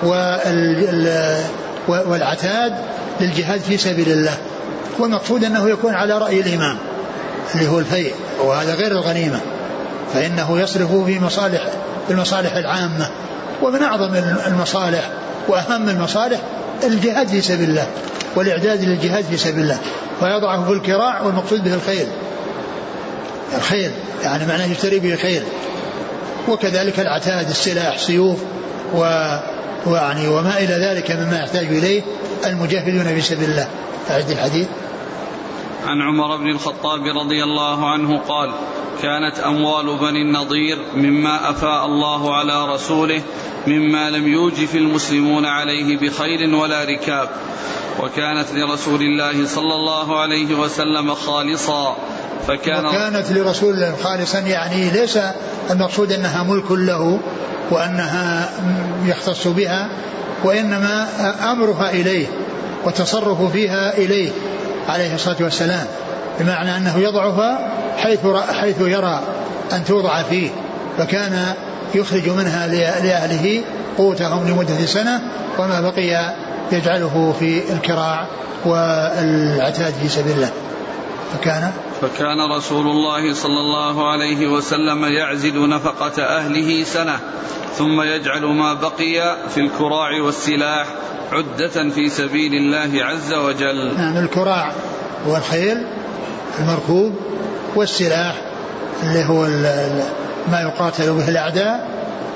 والعتاد للجهاد في سبيل الله، والمقصود أنه يكون على رأي الإمام اللي هو الفيء، وهذا غير الغنيمة، فإنه يصرف في مصالح المصالح العامة، ومن أعظم المصالح وأهم المصالح الجهاد في سبيل الله والإعداد للجهاد في سبيل الله، فيضعه في الكراع، والمقصود به الخيل الخيل يعني معناه يشتري به خيل. وكذلك العتاد السلاح سيوف و يعني وما إلى ذلك مما يحتاج إليه المجاهدون في سبيل الله. أعد الحديث. عن عمر بن الخطاب رضي الله عنه قال: كانت أموال بني النضير مما أفاء الله على رسوله مما لم يوجف المسلمون عليه بخيل ولا ركاب، وكانت لرسول الله صلى الله عليه وسلم خالصا. فكان وكانت لرسول الله خالصا يعني ليس المقصود أنها ملك له وأنها يختص بها، وإنما أمرها إليه وتصرف فيها إليه عليه الصلاة والسلام، بمعنى أنه يضعها حيث, حيث يرى أن توضع فيه، فكان يخرج منها لأهله قوتهم لمدة سنة، وما بقي يجعله في الكراع والعتاد في سبيل الله. فكان فكان رسول الله صلى الله عليه وسلم يعزل نفقة أهله سنة ثم يجعل ما بقي في الكراع والسلاح عدة في سبيل الله عز وجل. نعم، الكراع هو الخيل المركوب، والسلاح اللي هو ما يقاتل به الأعداء،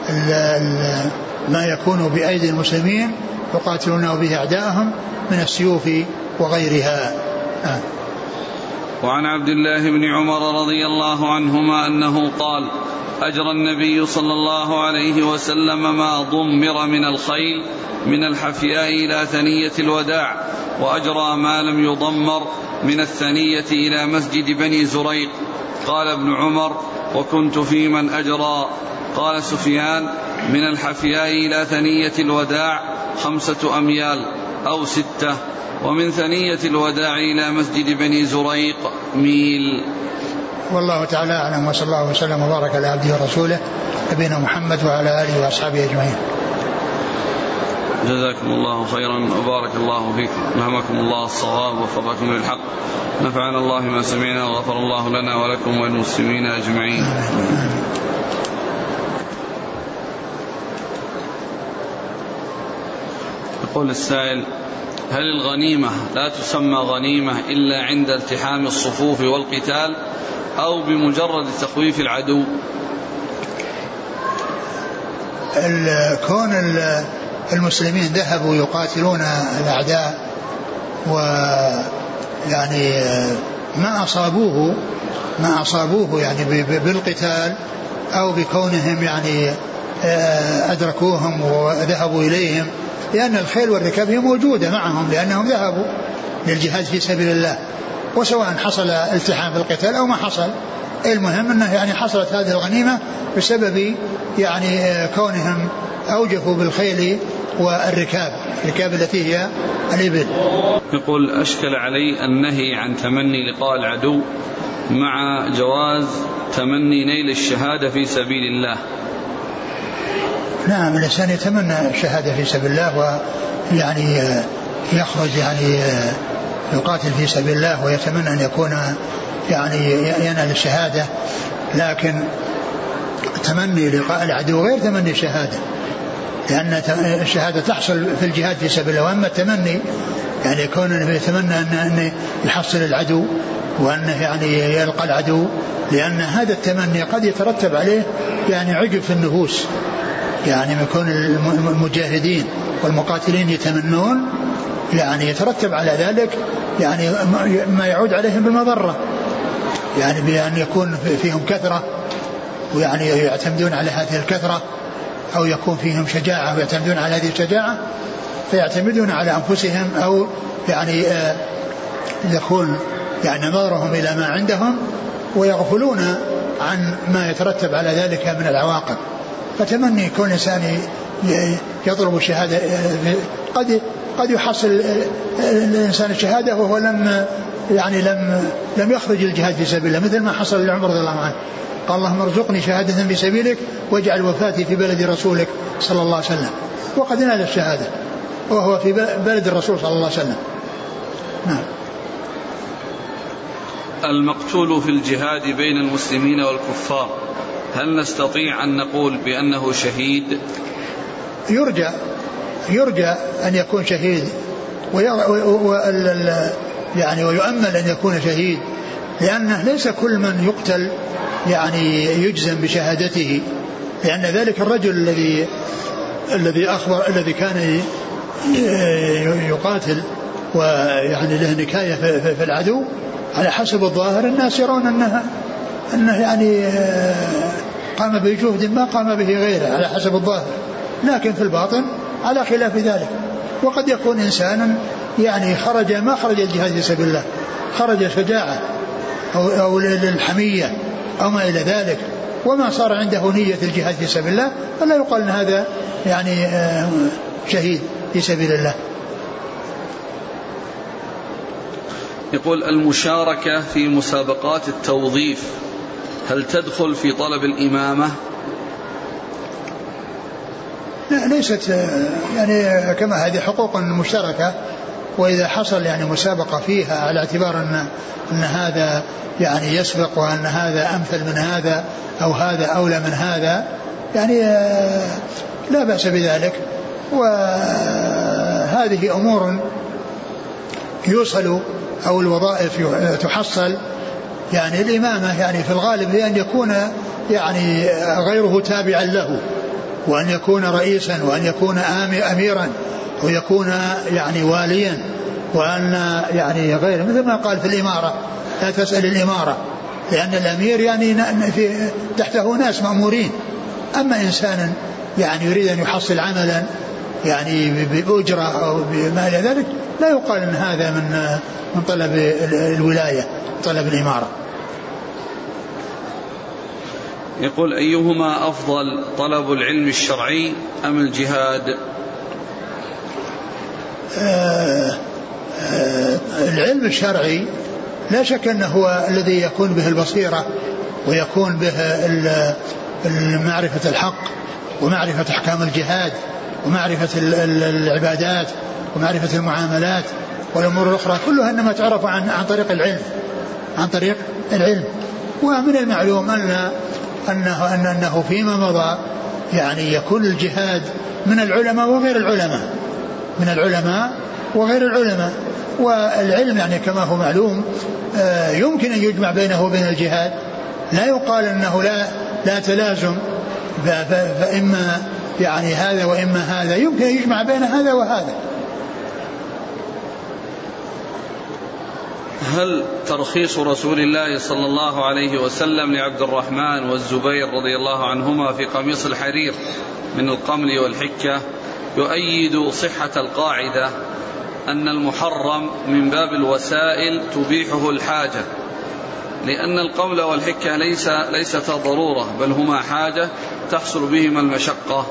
ما يكون بأيدي المسلمين يقاتلون به أعداءهم من السيوف وغيرها. آه. وعن عبد الله بن عمر رضي الله عنهما أنه قال: أجرى النبي صلى الله عليه وسلم ما ضمر من الخيل من الحفياء إلى ثنية الوداع، وأجرى ما لم يضمر من الثنية إلى مسجد بني زريق. قال ابن عمر: وكنت في من أجرى. قال سفيان: من الحفياء إلى ثنية الوداع خمسة أميال أو ستة، ومن ثنية الوداع إلى مسجد بني زريق ميل. والله تعالى أعلم، وصلى الله وسلم وبارك على عبده ورسوله نبينا محمد وعلى آله وأصحابه أجمعين. جزاكم الله خيرا وبارك الله فيكم، ألهمكم الله الصواب ووفقكم للحق، نفعنا الله ما سمعنا وغفر الله لنا ولكم وللمسلمين أجمعين. يقول السائل: هل الغنيمة لا تسمى غنيمة إلا عند التحام الصفوف والقتال أو بمجرد تخويف العدو؟ كون المسلمين ذهبوا يقاتلون الأعداء ويعني ما أصابوه ما أصابوه يعني بالقتال أو بكونهم يعني أدركوهم وذهبوا إليهم، لأن الخيل والركاب هي موجودة معهم لأنهم ذهبوا للجهاد في سبيل الله، وسواء حصل التحام في القتال أو ما حصل، المهم أنه يعني حصلت هذه الغنيمة بسبب يعني كونهم أوجفوا بالخيل والركاب، الركاب التي هي الإبل. يقول: أشكل علي النهي عن تمني لقاء العدو مع جواز تمني نيل الشهادة في سبيل الله. نعم، الإنسان يتمنى الشهادة في سبيل الله ويعني يخرج يعني يقاتل في سبيل الله ويتمنى أن يكون يعني ينال الشهادة، لكن تمني لقاء العدو غير تمني الشهادة، لأن الشهادة تحصل في الجهاد في سبيل الله، وأما التمني يعني يكون يتمنى أن يحصل العدو وأنه يعني يلقى العدو، لأن هذا التمني قد يترتب عليه يعني عجب في النفوس، يعني يكون المجاهدين والمقاتلين يتمنون يعني يترتب على ذلك يعني ما يعود عليهم بالمضرة، يعني بأن يكون فيهم كثرة ويعني يعتمدون على هذه الكثرة، أو يكون فيهم شجاعة ويعتمدون على هذه الشجاعة فيعتمدون على أنفسهم، أو يعني يكون يعني نظرهم إلى ما عندهم ويغفلون عن ما يترتب على ذلك من العواقب. فتمني كل إنسان يطلب الشهادة قد قد يحصل الإنسان الشهادة وهو لم يعني لم لم يخرج الجهاد في سبيل الله، مثل ما حصل لعمر رضي الله عنه، قال: اللهم ارزقني شهادة في سبيلك واجعل وفاتي في بلد رسولك صلى الله عليه وسلم، وقد نال الشهادة وهو في بلد الرسول صلى الله عليه وسلم. نعم. المقتول في الجهاد بين المسلمين والكفار، هل نستطيع أن نقول بأنه شهيد؟ يرجى يرجى أن يكون شهيد، يعني ويؤمل أن يكون شهيد، لأنه ليس كل من يقتل يعني يجزم بشهادته، لأن ذلك الرجل الذي الذي أخبر الذي كان يقاتل ويعني له نكاية في العدو، على حسب الظاهر الناس يرون أنها أنه يعني قام بجهد ما قام به غيره على حسب الظاهر، لكن في الباطن على خلاف ذلك. وقد يكون إنسانا يعني خرج ما خرج الجهاد في سبيل الله، خرج شجاعة أو, أو للحمية أو ما إلى ذلك، وما صار عنده نية الجهاد في سبيل الله، فلا يقال أن هذا يعني شهيد في سبيل الله. يقول: المشاركة في مسابقات التوظيف هل تدخل في طلب الإمامة؟ لا، ليست يعني كما هذه حقوق مشتركة، وإذا حصل يعني مسابقة فيها على اعتبار أن, أن هذا يعني يسبق وأن هذا أمثل من هذا أو هذا أولى من هذا، يعني لا بأس بذلك. وهذه أمور يوصل أو الوظائف تحصل، يعني الإمامة يعني في الغالب هي أن يكون يعني غيره تابعا له، وأن يكون رئيسا، وأن يكون أميرا، ويكون يعني واليا، وأن يعني غيره، مثل ما قال في الإمارة: لا تسأل الإمارة، لأن الأمير يعني في تحته ناس مأمورين. أما إنسان يعني يريد أن يحصل عملا يعني بأجرة أو بما إلى ذلك، لا يقال أن هذا من من طلب الولاية، طلب الإمارة. يقول: أيهما أفضل، طلب العلم الشرعي أم الجهاد؟ آه آه العلم الشرعي لا شك أنه هو الذي يكون به البصيرة، ويكون به معرفة الحق، ومعرفة أحكام الجهاد، ومعرفة العبادات، ومعرفة المعاملات والأمور الأخرى، كلها إنما تعرف عن عن طريق العلم، عن طريق العلم. ومن المعلوم أن أنه أنه فيما مضى يعني يكون الجهاد من العلماء وغير العلماء، من العلماء وغير العلماء. والعلم يعني كما هو معلوم يمكن أن يجمع بينه وبين الجهاد، لا يقال أنه لا لا تلازم، فإما يعني هذا وإما هذا، يمكن أن يجمع بين هذا وهذا. هل ترخيص رسول الله صلى الله عليه وسلم لعبد الرحمن والزبير رضي الله عنهما في قميص الحرير من القمل والحكة يؤيد صحة القاعدة أن المحرم من باب الوسائل تبيحه الحاجة، لأن القمل والحكة ليس ليستا ضرورة، بل هما حاجة تحصل بهما المشقة؟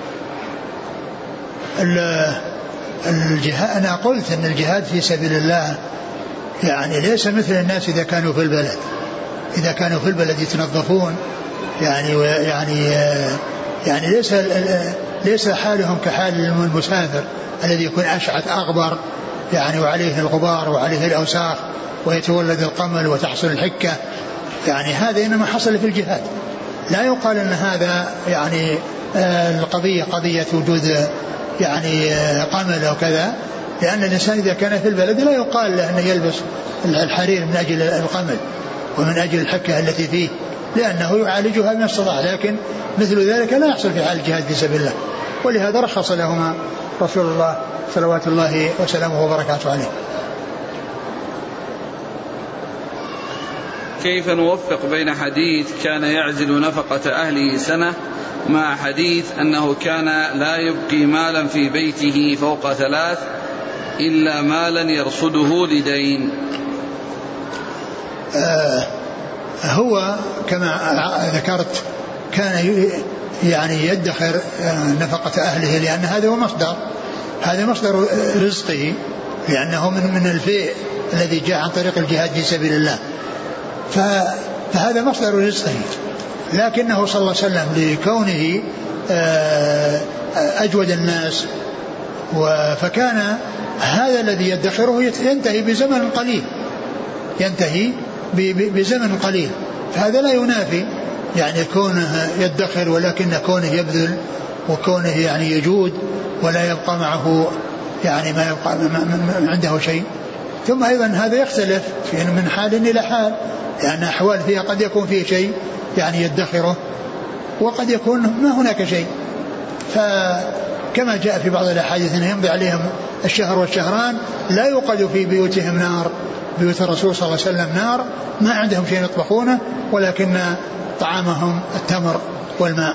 الجهاد، أنا قلت أن الجهاد في سبيل الله يعني ليس مثل الناس إذا كانوا في البلد، إذا كانوا في البلد يتنظفون يعني يعني يعني ليس ليس حالهم كحال المسافر الذي يكون أشعث أغبر يعني وعليه الغبار وعليه الأوساخ ويتولد القمل وتحصل الحكة، يعني هذا إنما حصل في الجهاد. لا يقال أن هذا يعني القضية قضية وجود يعني قمل أو كذا، لأن الإنسان إذا كان في البلد لا يقال له أنه يلبس الحرير من أجل القمل ومن أجل الحكة التي فيه، لأنه يعالجها بما استطاع، لكن مثل ذلك لا يحصل في حال الجهاد في سبيل الله، ولهذا رخص لهما رسول الله صلوات الله وسلامه وبركاته عليه. كيف نوفق بين حديث كان يعزل نفقة أهله سنة مع حديث أنه كان لا يبقي مالا في بيته فوق ثلاث إلا مالا يرصده لدين؟ آه هو كما ذكرت كان يعني يدخر نفقة أهله، لأن هذا هو مصدر، هذا مصدر رزقه، لأنه من من الفيء الذي جاء عن طريق الجهاد في سبيل الله، فهذا مصدر رزقه. لكنه صلى الله عليه وسلم لكونه أجود الناس، فكان هذا الذي يدخره ينتهي بزمن قليل، ينتهي بزمن قليل، فهذا لا ينافي يعني كونه يدخر، ولكن كونه يبذل وكونه يعني يجود ولا يبقى معه يعني ما يبقى عنده شيء. ثم أيضا هذا يختلف من حال إلى حال، لأن أحوال فيها قد يكون فيه شيء يعني يدخره، وقد يكون ما هناك شيء، فكما جاء في بعض الأحاديث أن يمضي عليهم الشهر والشهران لا يوقد في بيوتهم نار، بيوت الرسول صلى الله عليه وسلم نار، ما عندهم شيء يطبخونه ولكن طعامهم التمر والماء.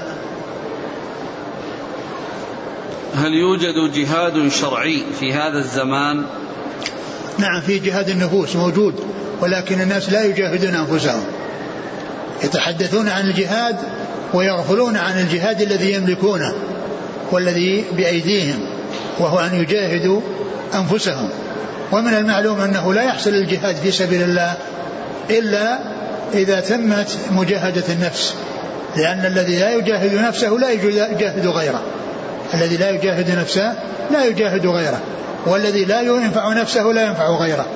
هل يوجد جهاد شرعي في هذا الزمان؟ نعم، في جهاد النفوس موجود، ولكن الناس لا يجاهدون أنفسهم، يتحدثون عن الجهاد ويغفلون عن الجهاد الذي يملكونه والذي بأيديهم، وهو أن يجاهدوا أنفسهم. ومن المعلوم أنه لا يحصل الجهاد في سبيل الله إلا إذا تمت مجاهدة النفس، لأن الذي لا يجاهد نفسه لا يجاهد غيره، الذي لا يجاهد نفسه لا يجاهد غيره، والذي لا ينفع نفسه لا ينفع غيره.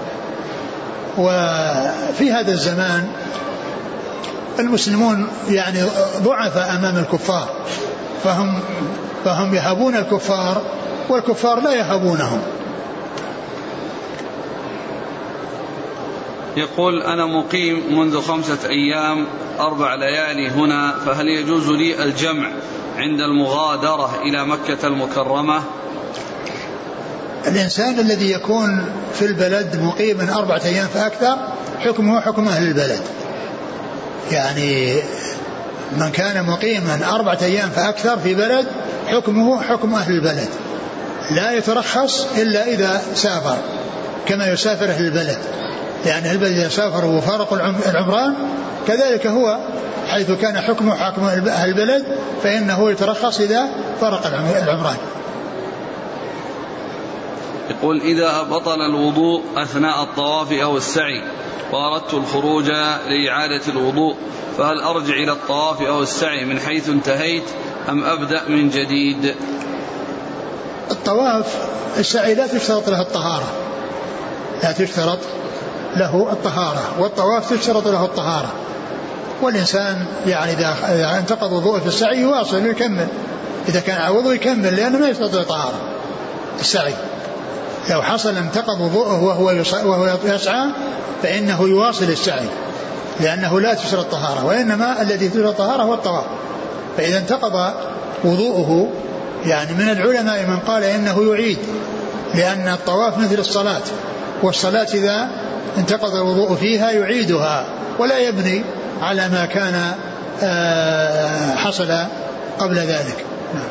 وفي هذا الزمان المسلمون يعني ضعف أمام الكفار، فهم, فهم يهابون الكفار والكفار لا يهابونهم. يقول: أنا مقيم منذ خمسة أيام أربع ليالي هنا، فهل يجوز لي الجمع عند المغادرة إلى مكة المكرمة؟ الإنسان الذي يكون في البلد مقيما أربعة أيام فأكثر حكمه حكم أهل البلد، يعني من كان مقيما أربعة أيام فأكثر في بلد حكمه حكم أهل البلد، لا يترخص إلا إذا سافر كما يسافر أهل البلد، لأن أهل البلد إذا سافروا وفارقوا العمران كذلك هو، حيث كان حكمه حكم أهل البلد فإنه يترخص إذا فارق العمران. يقول: إذا بطل الوضوء أثناء الطواف أو السعي وأردت الخروج لإعادة الوضوء، فهل أرجع إلى الطواف أو السعي من حيث انتهيت أم أبدأ من جديد؟ الطواف السعي لا تشترط له الطهارة، لا تشترط له الطهارة، والطواف تشترط له الطهارة، والإنسان يعني إذا انتقض وضوءه في السعي يواصل ويكمل، إذا كان على وضوء يكمل لأنه ما يشترط له الطهارة. السعي لو حصل انتقض وضوءه وهو وهو يسعى فإنه يواصل السعي لأنه لا تشترط الطهارة، وإنما الذي تشترط الطهارة هو الطواف. فإذا انتقض وضوءه يعني من العلماء من قال إنه يعيد، لأن الطواف مثل الصلاة، والصلاة إذا انتقض الوضوء فيها يعيدها ولا يبني على ما كان حصل قبل ذلك.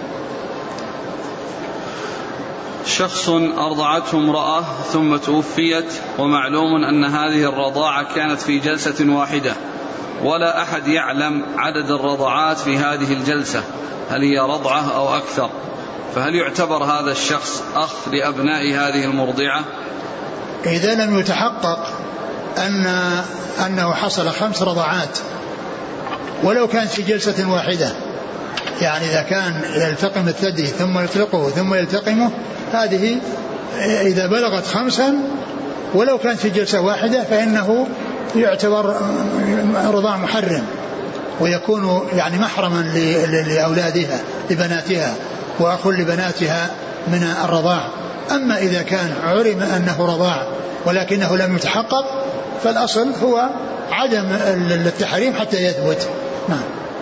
شخص أرضعته امرأة ثم توفيت، ومعلوم أن هذه الرضاعة كانت في جلسة واحدة ولا أحد يعلم عدد الرضعات في هذه الجلسة، هل هي رضعة أو أكثر؟ فهل يعتبر هذا الشخص أخ لأبناء هذه المرضعة؟ إذا لم يتحقق أن أنه حصل خمس رضعات ولو كانت في جلسة واحدة، يعني إذا كان يلتقم الثدي ثم يطلقه ثم يلتقمه، هذه إذا بلغت خمسا ولو كانت في جلسة واحدة فإنه يعتبر رضاع محرم، ويكون يعني محرما لأولادها لبناتها وأخ لبناتها من الرضاع. أما إذا كان علم أنه رضاع ولكنه لم يتحقق فالأصل هو عدم التحريم حتى يثبت. نعم.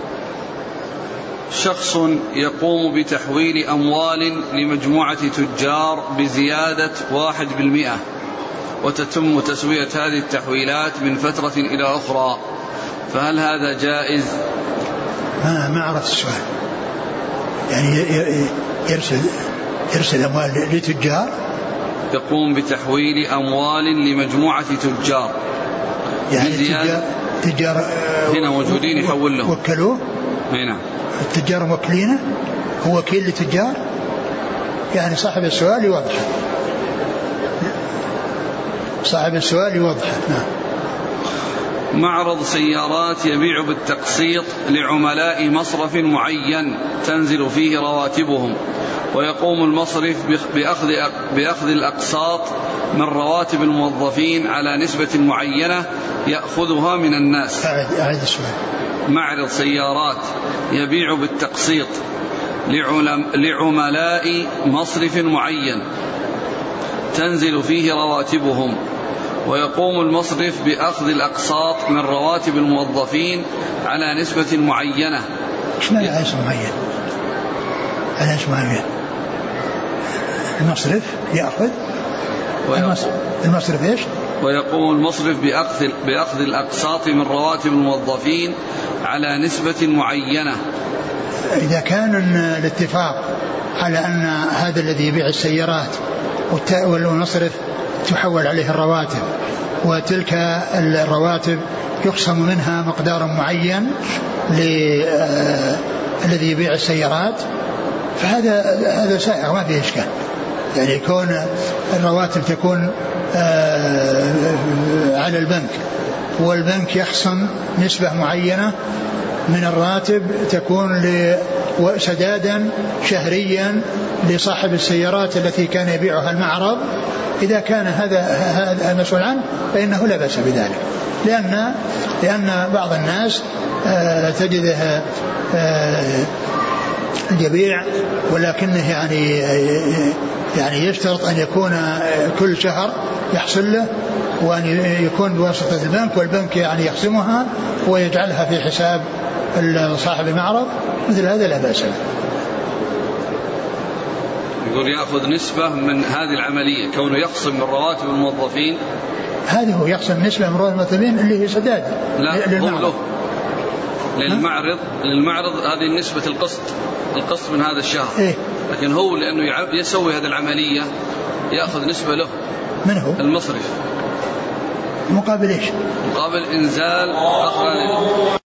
شخص يقوم بتحويل أموال لمجموعة تجار بزيادة واحد بالمئة، وتتم تسوية هذه التحويلات من فترة إلى أخرى، فهل هذا جائز؟ ما ما عرفت السؤال. يعني يرسل يرسل أموال لتجار، يقوم بتحويل أموال لمجموعة تجار، يعني تجار, تجار هنا موجودين يحول لهم، وكلوه هنا التجار موكلينه، هو وكيل للتجار، يعني صاحب السؤال يوضح، صاحب السؤال يوضح. نعم. معرض سيارات يبيع بالتقسيط لعملاء مصرف معين تنزل فيه رواتبهم، ويقوم المصرف بأخذ, بأخذ الأقساط من رواتب الموظفين على نسبة معينة يأخذها من الناس. أعيد السؤال. معرض سيارات يبيع بالتقسيط لعملاء مصرف معين تنزل فيه رواتبهم، ويقوم المصرف بأخذ الأقساط من رواتب الموظفين على نسبة معينة. إيش معنى نسبة معينة؟ أنا اسمع المصرف يأخذ المصرف, المصرف إيش؟ ويقوم المصرف بأخذ, بأخذ الأقساط من رواتب الموظفين على نسبة معينة. إذا كان الاتفاق على أن هذا الذي يبيع السيارات والمصرف تحول عليه الرواتب، وتلك الرواتب يقسم منها مقدار معين للذي يبيع السيارات، فهذا هذا سائغ ما فيه إشكال. يعني كون الرواتب تكون على البنك والبنك يخصم نسبة معينة من الراتب تكون سدادا شهريا لصاحب السيارات التي كان يبيعها المعرض، إذا كان هذا هذا المسؤول عنه فإنه لا بأس بذلك، لأن لأن بعض الناس تجده يبيع ولكنه يعني يعني يشترط أن يكون كل شهر يحصل له، وأن يكون بواسطة البنك، والبنك يعني يقسمها ويجعلها في حساب صاحب المعرض، مثل هذا لا بأس به. يقول يأخذ نسبة من هذه العملية، كونه يقسم من رواتب الموظفين. هذا هو يقسم نسبة من رواتب الموظفين اللي هي سداد للمعرض. للمعرض للمعرض هذه نسبة القسط القسط من هذا الشهر. إيه؟ لكن هو لأنه يسوي هذه العملية يأخذ نسبة له. من هو؟ المصرف. مقابل إيش؟ مقابل إنزال أخرى